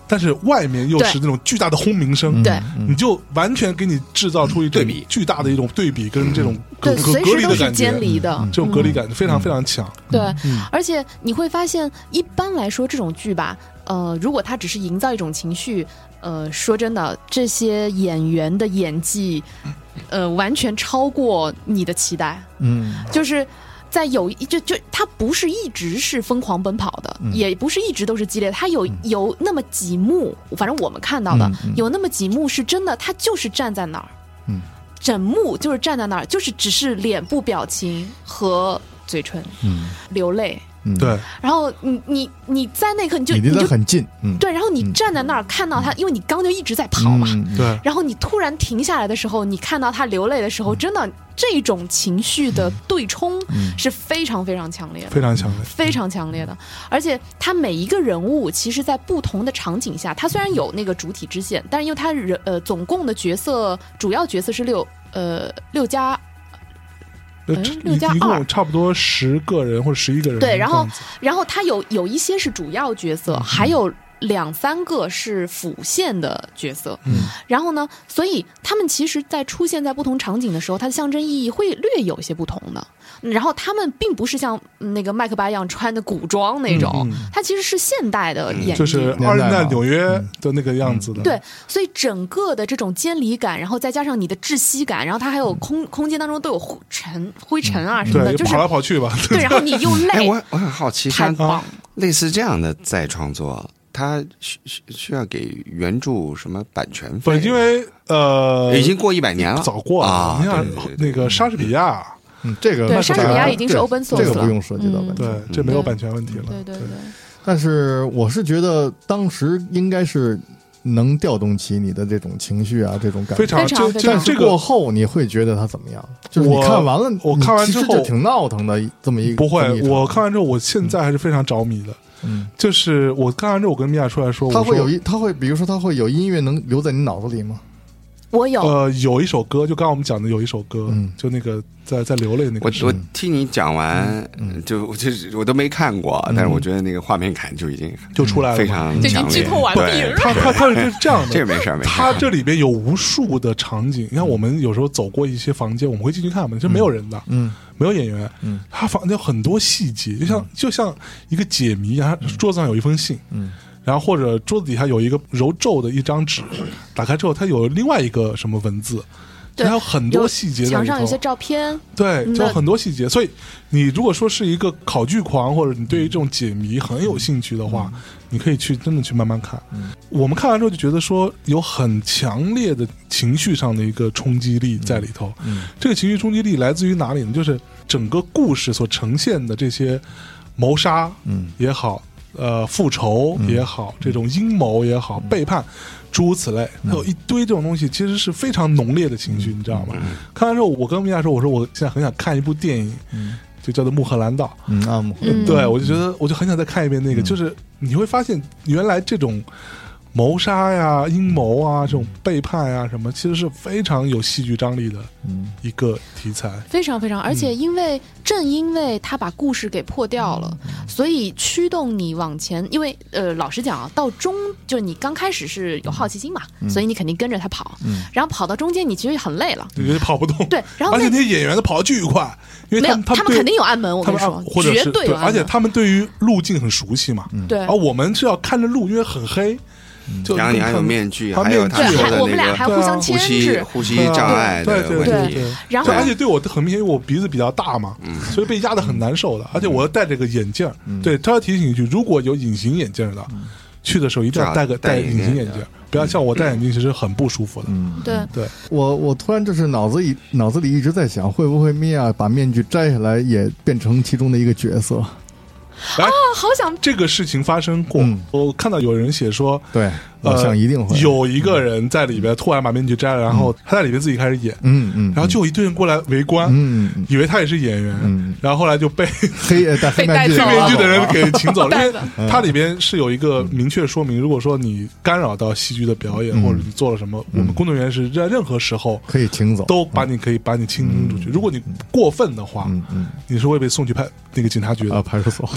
但是外面又是那种巨大的轰鸣声， 对， 你就完全给你制造出一种巨大的一种对比，跟这种隔离的感觉， 监离的这种隔离感非常非常强。 对，而且你会发现，一般来说这种剧吧，如果它只是营造一种情绪，说真的，这些演员的演技，完全超过你的期待。就是在他不是一直是疯狂奔跑的，也不是一直都是激烈的，他有那么几幕，反正我们看到的，有那么几幕是真的，他就是站在那儿，整幕就是站在那儿，就是只是脸部表情和嘴唇，流泪。 对， 然后你在那刻你就离得很近， 对，然后你站在那儿看到他，因为你刚就一直在跑嘛， 对， 然后你突然停下来的时候，你看到他流泪的时候，真的这种情绪的对冲是非常非常强烈的， 非常强烈， 非常强烈的。而且他每一个人物，其实在不同的场景下，他虽然有那个主体支线，但是因为他总共的主要角色是6加。 一共差不多10个人或者11个人。 对，然后他有一些是主要角色，还有2-3个是辅线的角色。然后呢，所以他们其实在出现在不同场景的时候，它的象征意义会略有一些不同的。然后他们并不是像那个麦克白一样穿的古装那种，他其实是现代的演绎， 就是20年代纽约的那个样子的。 对，所以整个的这种监离感，然后再加上你的窒息感，然后它还有空间当中都有灰尘啊什么的，就是跑来跑去吧。 对，然后你又累。 我很好奇， 太棒， 类似这样的再创作，他需要给原著什么版权费？ 不，因为已经过100年了， 早过了。你看那个莎士比亚。 这个对，莎士比亚已经是 open source 了， 这个不用涉及到版权， 对，这没有版权问题了。 对。 但是我是觉得当时应该是能调动起你的这种情绪啊，这种感觉。 非常， 但是过后你会觉得它怎么样？就是你看完了， 我看完之后挺闹腾的这么一个。 不会，我看完之后，我现在还是非常着迷的。就是我看完之后，我跟米娅出来说， 他会比如说他会有音乐能留在你脑子里吗？ 我有有一首歌，就刚刚我们讲的有一首歌，就那个在流泪那个。 我听你讲完，就我都没看过，但是我觉得那个画面感就已经就出来了， 非常强烈。 已经剧透完毕了。 他是这样的， 这个没事。 他这里边有无数的场景，你看我们有时候走过一些房间，我们会进去看嘛，这没有人的，没有演员，他房间有很多细节，就像一个解谜一样，桌子上有一封信，然后或者桌子底下有一个揉皱的一张纸，打开之后它有另外一个什么文字，还有很多细节在里头， 墙上有些照片， 对，就有很多细节。所以你如果说是一个考据狂，或者你对于这种解谜很有兴趣的话，你可以真的去慢慢看。我们看完之后就觉得说有很强烈的情绪上的一个冲击力在里头。这个情绪冲击力来自于哪里呢？就是整个故事所呈现的这些谋杀也好，复仇也好，这种阴谋也好，背叛，诸如此类，它有一堆这种东西，其实是非常浓烈的情绪，你知道吗？看完之后，我跟米娅说，我说我现在很想看一部电影，就叫做《穆赫兰道》。对，我就觉得，我就很想再看一遍那个，就是你会发现，原来这种谋杀呀、阴谋啊、这种背叛啊什么，其实是非常有戏剧张力的一个题材， 非常非常。而且正因为他把故事给破掉了，所以驱动你往前。因为老实讲啊，到就是你刚开始是有好奇心嘛，所以你肯定跟着他跑，然后跑到中间你其实很累了， 你跑不动。 对，然后而且那些演员都跑得巨快，因为他们肯定有暗门，我跟你说，绝对有暗门。 而且他们对于路径很熟悉嘛， 对。 而我们是要看着路，因为很黑。 然后你还有面具，还有他说的那个我们俩还互相牵制， 呼吸障碍的问题。 然后， 而且对我很明显，因为我鼻子比较大嘛，所以被压得很难受的。而且我要戴这个眼镜，对，他要提醒一句，如果有隐形眼镜的，去的时候一定要戴隐形眼镜，不要像我戴眼镜，其实很不舒服的。对， 我突然就是脑子里一直在想，会不会米娅把面具摘下来，也变成其中的一个角色？ 啊， 好想这个事情发生过。我看到有人写说， 对，我想一定会有一个人在里边突然把面具摘了，然后他在里边自己开始演，然后就有一堆人过来围观，以为他也是演员，然后后来就被黑面具的人给请走了，因为它里边是有一个明确说明，如果说你干扰到戏剧的表演，或者你做了什么，我们工作人员是在任何时候可以请走， 都可以把你清出去。如果你过分的话，你是会被送去那个警察局的派出所。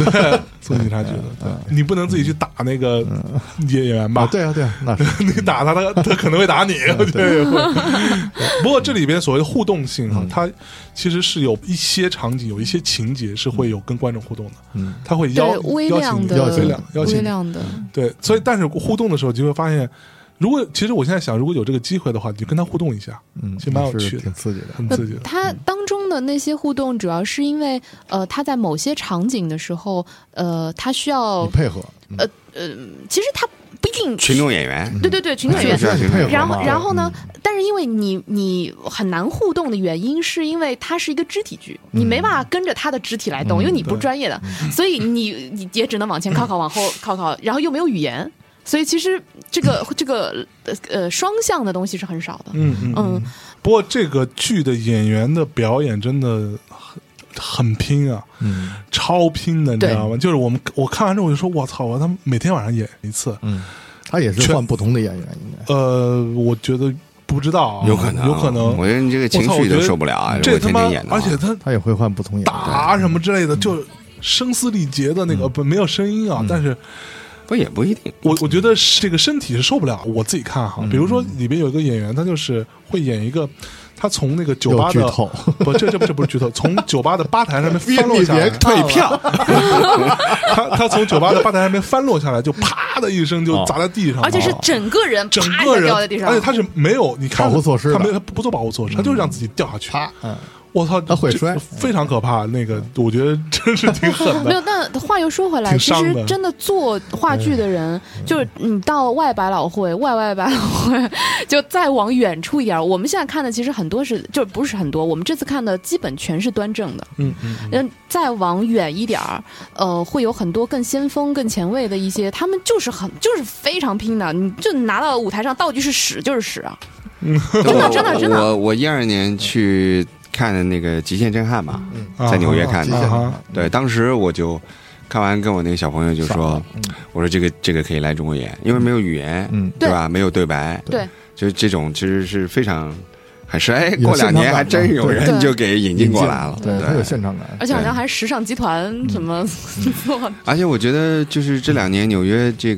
送警察局的。对，你不能自己去打那个演员吧？ 对啊，那是你打他可能会打你。对，不过这里边所谓的互动性哈，它其实是有一些场景、有一些情节是会有跟观众互动的。他会微量的， 对，所以但是互动的时候就会发现。如果其实我现在想，如果有这个机会的话，你就跟他互动一下，其实蛮有趣的， 挺刺激的， 很刺激的。 他当中的那些互动，主要是因为他在某些场景的时候，他需要你配合， 其实他不一定群众演员， 对，群众演员。 然后呢，但是因为你很难互动的原因，是因为它是一个肢体剧，你没办法跟着他的肢体来动，因为你不专业的，所以你也只能往前靠，往后靠，然后又没有语言。所以其实这个双向的东西是很少的。 不过这个剧的演员的表演真的很拼啊，超拼的，你知道吗？就是我看完之后我就说，我操，他每天晚上演一次， 他也是换不同的演员，应该。 我觉得不知道， 有可能。我觉得你这个情绪都受不了啊！ 这他妈，而且他也会换不同演员， 打什么之类的，就声嘶力竭的那个，没有声音啊，但是。 也不一定， 我觉得这个身体是受不了。我自己看哈，比如说里边有一个演员，他就是会演一个，他从那个酒吧的不，这不是剧透，从酒吧的吧台上面翻落下来， 退票。 他从酒吧的吧台上面翻落下来，就啪的一声就砸在地上， 而且是整个人掉在地上， 而且他是没有你看保护措施， 他不做保护措施，他就是让自己掉下去。我操， 他会摔， 非常可怕。那个，我觉得真是挺狠的。 没有，但话又说回来，其实真的做话剧的人，就是你到外百老汇、外百老汇，就再往远处一点。我们现在看的其实很多就不是很多，我们这次看的基本全是端正的。再往远一点会有很多更先锋、更前卫的一些，他们就是非常拼的。你就拿到舞台上，道具是屎就是屎啊！真的。 我12年去。看的那个《极限震撼》嘛，在纽约看的。对，当时我就看完，跟我那个小朋友就说：“我说这个可以来中国演，因为没有语言，对吧？没有对白， 对， 就这种其实是非常很是过2年还真有人就给引进过来了， 对，很有现场感， 而且好像还时尚集团什么做。 而且我觉得就是这2年纽约这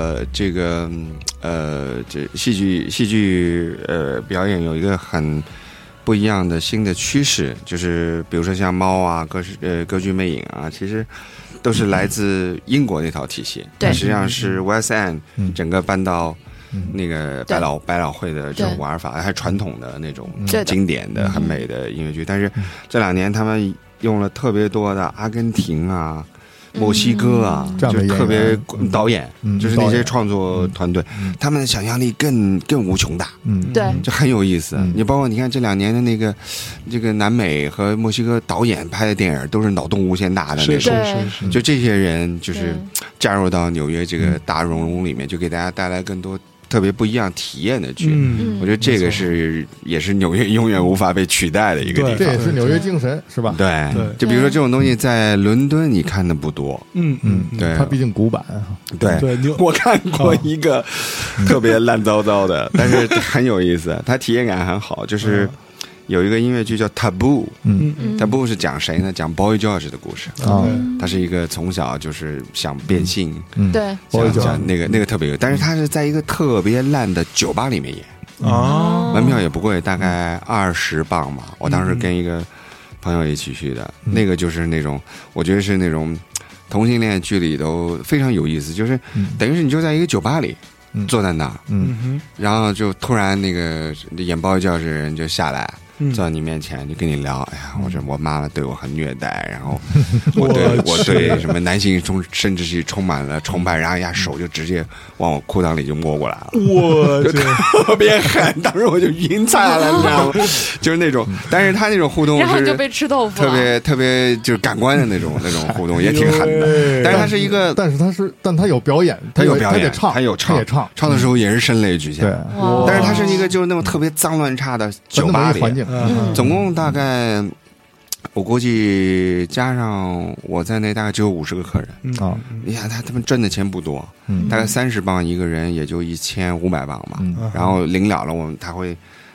戏剧表演有一个很。不一样的新的趋势，就是比如说像猫啊、歌剧魅影啊，其实都是来自英国那套体系，实际上是 West End 整个搬到那个百老汇的这种玩法，还传统的那种经典的很美的音乐剧。但是这2年他们用了特别多的阿根廷啊。墨西哥啊，就特别导演，就是那些创作团队，他们的想象力更无穷大， 对， 就很有意思。你包括你看这2年的这个南美和墨西哥导演拍的电影，都是脑洞无限大的那种，就这些人就是加入到纽约这个大熔炉里面，就给大家带来更多。特别不一样体验的剧，我觉得这个也是纽约永远无法被取代的一个地方。 这也是纽约精神，是吧？ 对，就比如说这种东西在伦敦你看的不多，对， 它毕竟古板。 对，我看过一个特别烂糟糟的，但是很有意思，它体验感很好，就是。有一个音乐剧叫 Taboo，Taboo 是讲谁呢？讲 Boy George 的故事他是一个从小就是想变性， 对， 想那个特别有，但是他是在一个特别烂的酒吧里面演，门票也不贵，大概20磅吧。我当时跟一个朋友一起去的，那个就是那种，我觉得是那种同性恋剧里头非常有意思，就是等于是你就在一个酒吧里。坐在那儿，然后就突然那个演包教室人就下来，坐到你面前就跟你聊，哎呀，我妈妈对我很虐待，然后我对什么男性甚至是充满了崇拜，然后一下手就直接往我裤裆里就摸过来了， 我就特别狠，当时我就晕菜了，你知道吗？就是那种，但是他那种互动是， 然后就被吃豆腐了，特别就是感官的那种互动也挺狠的，但是他是一个， 但他有表演， 他有表演， 他有唱， 唱的时候也是声泪俱下， 对， 但是他是一个就是那种特别脏乱差的酒吧里，总共大概我估计加上我在内大概只有50个客人啊！你看他们挣的钱不多，大概30磅一个人，也就1500磅吧。然后临了他会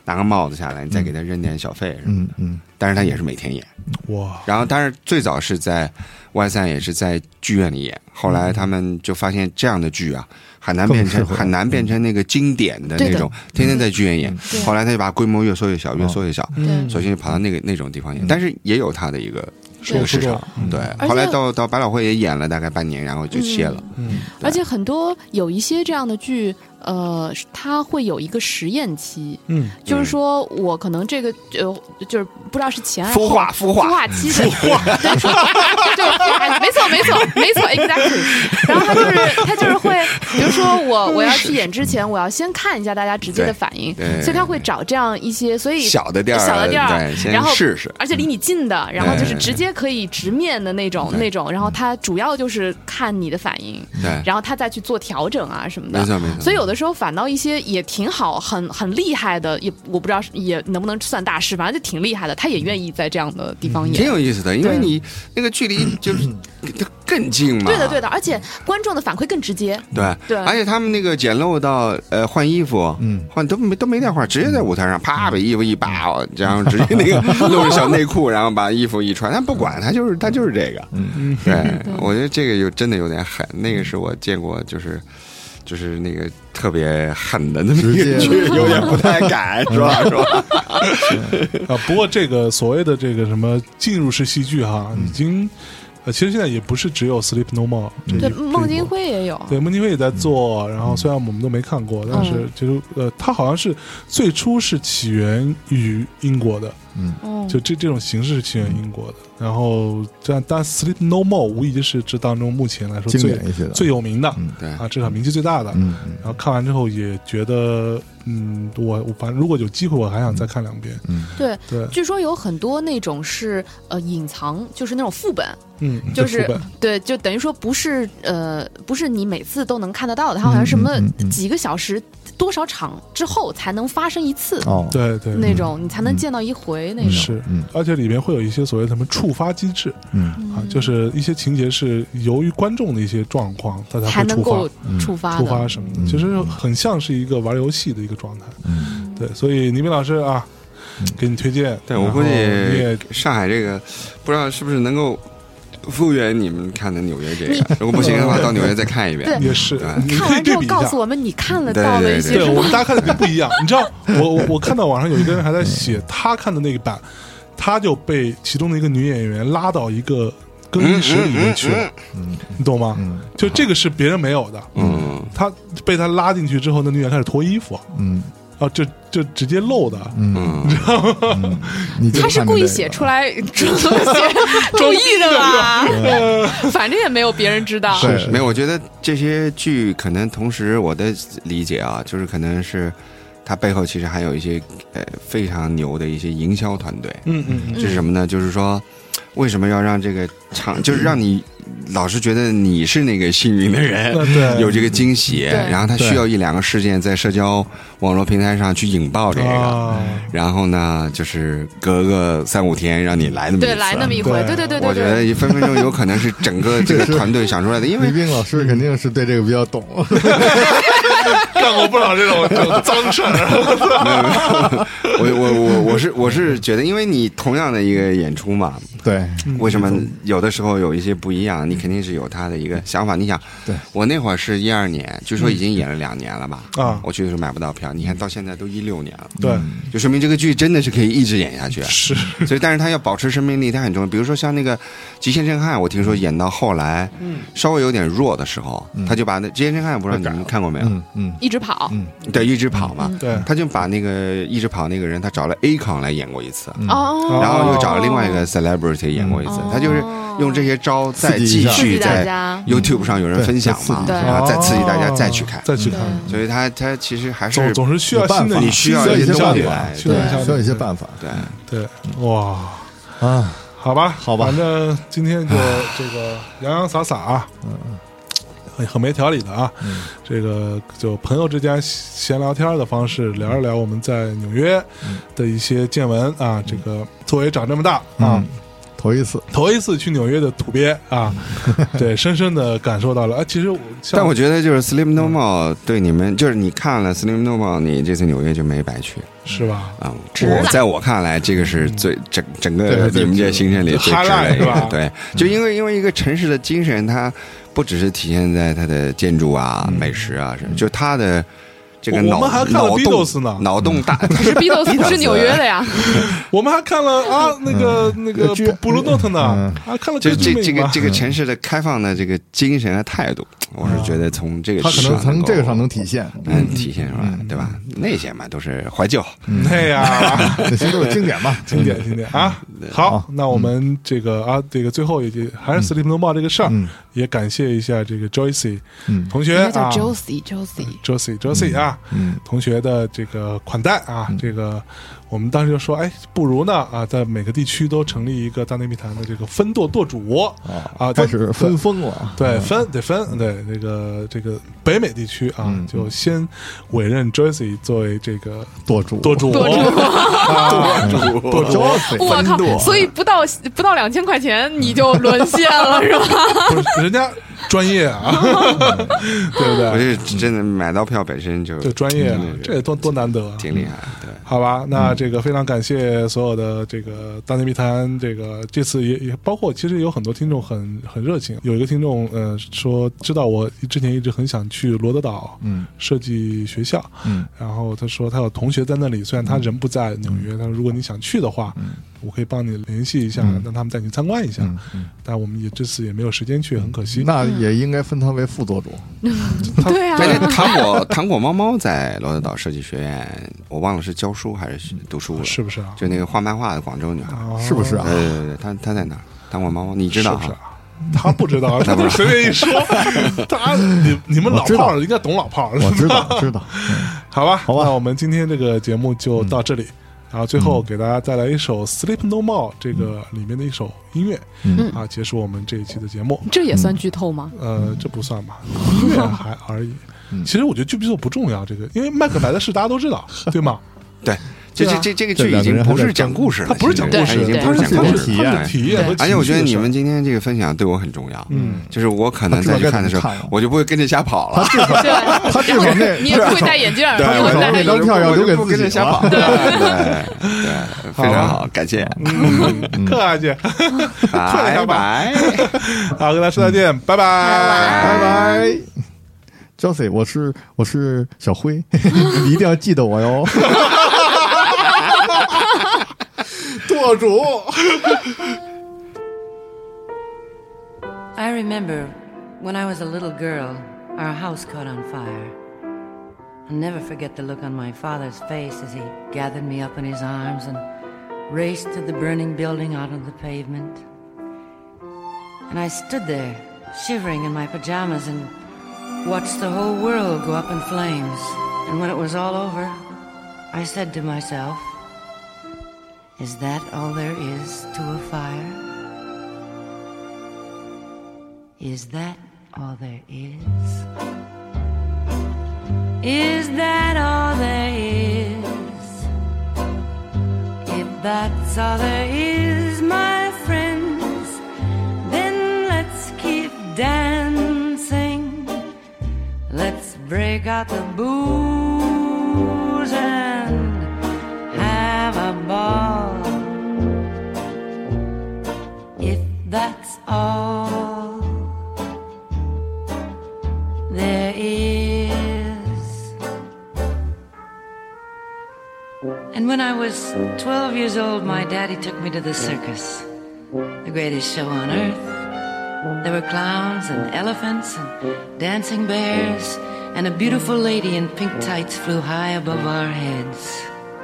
拿个帽子下来，你再给他扔点小费什么的。但是他也是每天演。 哇！ 然后，当然最早是在Y3也是在剧院里演，后来他们就发现这样的剧啊，很难变成那个经典的那种，天天在剧院演。后来他就把规模越缩越小，越缩越小，索性就跑到那种地方演。但是也有他的一个市场，对。后来到百老汇也演了大概半年，然后就歇了。 而且很多有一些这样的剧。它会有一个实验期，就是说我可能这个就是不知道是前还是后孵化期的，对，没错 ，exactly。然后他就是会，比如说我要去演之前，我要先看一下大家直接的反应，所以他会找这样一些，所以小的店儿， 然后试试， 而且离你近的，然后就是直接可以直面的那种，然后他主要就是看你的反应，然后他再去做调整啊什么的， 没错。 所以有的时候反倒一些也挺好，很厉害的，也我不知道也能不能算大师，反正就挺厉害的，他也愿意在这样的地方演， 挺有意思的，因为你那个距离就是更近嘛。 对的，而且观众的反馈更直接。对， 而且他们那个简陋到换衣服，换都没电话，直接在舞台上啪把衣服一拔，然后直接那个露着小内裤，然后把衣服一穿，他不管，他就是这个。对，我觉得这个真的有点狠，那个是我见过就是那个特别狠的那么一个剧，有点不太敢，是吧？ 不过这个所谓的这个什么进入式戏剧哈，已经其实现在也不是只有 Sleep No More， 对，孟京辉也有， 对，孟京辉也在做。然后虽然我们都没看过，但是就是他好像是最初是起源于英国的，就这种形式是起源于英国的。然后但 Sleep No More 无疑是这当中目前来说最有名的， 对啊，至少名气最大的。然后看完之后也觉得，我反正如果有机会，我还想再看2遍。 对，据说有很多那种是隐藏，就是那种副本，就是对，就等于说不是你每次都能看得到的，它好像什么几个小时。多少场之后才能发生一次？ 对， 那种你才能见到一回那种。 是，而且里面会有一些所谓什么触发机制，就是一些情节是由于观众的一些状况，它才能够触发什么的，其实很像是一个玩游戏的一个状态。对，所以倪斌老师啊，给你推荐。 对，我估计上海这个不知道是不是能够。复原你们看的纽约这个，如果不行的话，到纽约再看一遍。 也是， 看完之后告诉我们你看了到了一些。 对，我们大家看的不一样。你知道，我看到网上有一个人还在写他看的那个版，他就被其中的一个女演员拉到一个更衣室里面去了。你懂吗？就这个是别人没有的。他被他拉进去之后，那女演员开始脱衣服。就直接露的，你知道吗？ 他是故意写出来主意的吧？反正也没有别人知道。 没有，我觉得这些剧可能同时我的理解啊，就是可能是它背后其实还有一些非常牛的一些营销团队。这是什么呢？就是说为什么要让这个就是让你老是觉得你是那个幸运的人，有这个惊喜，然后他需要1-2个事件在社交网络平台上去引爆这个，然后呢，就是隔个3-5天让你来那么一次， 来那么一回，对， 我觉得分分钟有可能是整个这个团队想出来的，因为李斌老师肯定是对这个比较懂， 干过不少这种脏事儿。 我是觉得，因为你同样的一个演出嘛， 对， 为什么有的时候有一些不一样？你肯定是有他的一个想法。你想，我那会儿是12年，据说已经演了2年了吧？我去的时候买不到票，你看到现在都16年了， 对， 就说明这个剧真的是可以一直演下去。 是， 所以但是他要保持生命力，它很重要。比如说像那个《极限震撼》，我听说演到后来，稍微有点弱的时候，他就把那《极限震撼》不知道你们看过没有？ 一直跑， 对，一直跑嘛， 对， 他就把那个一直跑那个人，他找了 Akon 来演过一次，然后又找了另外一个 celebrity 演过一次，他就是用这些招再继续在 YouTube 上有人分享嘛，然后再刺激大家再去看，所以他其实还是总是需要新的， 你需要一些办法， 需要一些办法， 对， 哇啊，好吧，反正今天就这个洋洋洒洒啊，很没条理的啊，这个就朋友之间闲聊天的方式聊一聊我们在纽约的一些见闻啊，这个作为长这么大啊。 头一次去纽约的土鳖啊，对，深深的感受到了啊。其实但我觉得就是 Sleep No More 对你们，就是你看了 Sleep No More， 你这次纽约就没白去， 是吧？ 在我看来，这个是最整个你们这行程里最值的一个，对，就因为一个城市的精神，它不只是体现在它的建筑啊、美食啊，就它的。这个我们还看了 Beatles 呢， 脑洞大， 可是 Beatles 不是纽约的呀。 我们还看了啊，那个 Blue Note 呢，还看了就这个城市的开放的这个精神和态度，我是觉得从这个他可能从这个上能体现， 体现出来，对吧？那些嘛都是怀旧， 对呀， 那些都是经典嘛， 经典啊。好，那我们这个最后也还是 Sleep No More 这个事儿，也感谢一下这个 Joyce 同学啊， 叫 Josie 啊。同学的这个款待啊，这个我们当时就说，哎，不如呢在每个地区都成立一个大内密谈的这个分舵主啊， 开始分封了， 对，对这个北美地区啊，就先委任 Joyce 作为这个舵主， 我靠，所以不到2000块钱你就沦陷了是吧？ 不是，人家专业啊，对不对？ 我是真的买到票本身就专业啊，这多难得， 挺厉害。对， 好吧，那这个非常感谢所有的这个大内密谈，这次也包括，其实有很多听众很热情。有一个听众说知道我之前一直很想去罗德岛设计学校，然后他说他有同学在那里，虽然他人不在纽约，但是如果你想去的话，我可以帮你联系一下，让他们带你参观一下。但我们这次也没有时间去，很可惜。 那也应该分他为副舵主。 对啊， 糖果猫猫在罗德岛设计学院，我忘了是教书还是读书了， 是不是啊？ 就那个画漫画的广州女孩， 是不是啊？ 对，他在哪？糖果猫猫，你知道是不是？他不知道，他不随便一说。你们老炮应该懂老炮， 我知道。 好吧，那我们今天这个节目就到这里。然后最后给大家带来一首 Sleep No More 这个里面的一首音乐，结束我们这一期的节目。 这也算剧透吗？ 这不算吧，音乐还而已。其实我觉得剧不剧透不重要，这个因为麦克白的事大家都知道，对吗？ 对。这个剧已经不是讲故事了， 它不是讲故事， 已经不是讲故事， 体验。 而且我觉得你们今天这个分享对我很重要，就是我可能再去看的时候，我就不会跟着瞎跑了。 他至少你也不会戴眼镜， 那张票要留给自己瞎跑。对，非常好，感谢， 客气， 拜拜。 好，跟大家说再见，拜拜。 Josie， 我是小辉，你一定要记得我哟。舵主。 I remember when I was a little girl, our house caught on fire. I'll never forget the look on my father's face as he gathered me up in his arms and raced to the burning building out on the pavement. And I stood there, shivering in my pajamas, and watched the whole world go up in flames. And when it was all over, I said to myself, is that all there is to a fire? Is that all there is? Is that all there is? If that's all there is, my friends, then let's keep dancing. Let's break out the booze and have a ball. If that's all there is. And when I was 12 years old, my daddy took me to the circus, the greatest show on earth. There were clowns and elephants and dancing bears, and a beautiful lady in pink tights flew high above our heads.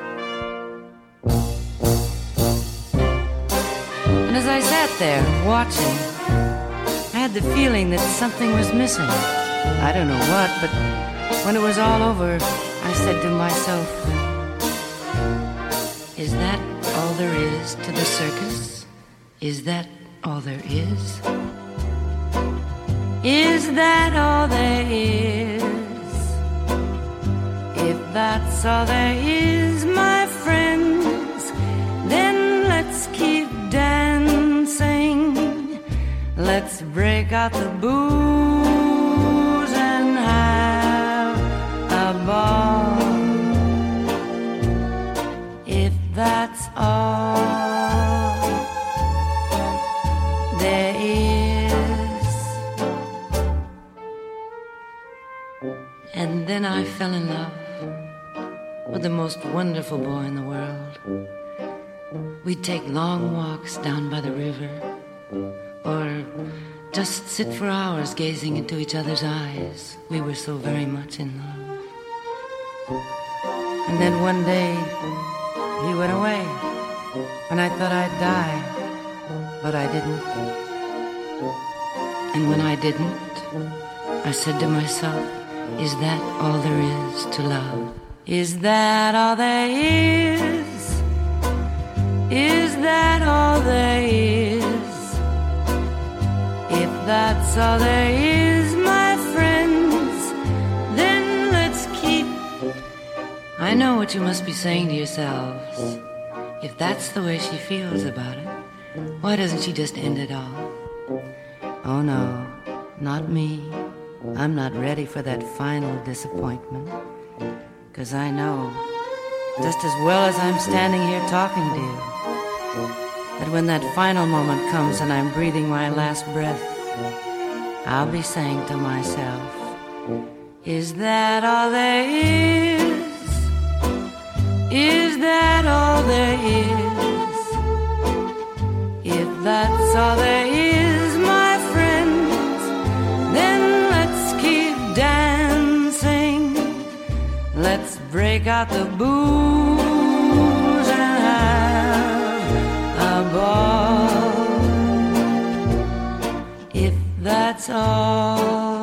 And as I sat there watching, I had the feeling that something was missing. I don't know what, but when it was all over, I said to myself, is that all there is to the circus? Is that all there is? Is that all there is? If that's all there is, my friends, then let's keep dancing. And then I fell in love with the most wonderful boy in the world. We'd take long walks down by the river, or just sit for hours gazing into each other's eyes. We were so very much in love. And then one day, he went away, and I thought I'd die, but I didn't. And when I didn't, I said to myself, is that all there is to love? Is that all there is? Is that all there is? If that's all there is, my friends, then let's keep. I know what you must be saying to yourselves. If that's the way she feels about it, why doesn't she just end it all? Oh no, not me. I'm not ready for that final disappointment. 'Cause I know, just as well as I'm standing here talking to you, that when that final moment comes and I'm breathing my last breath, I'll be saying to myself, is that all there is? Is that all there is? If that's all there is, my friends, then let's keep dancing. Let's break out the booze and have a ball. If that's all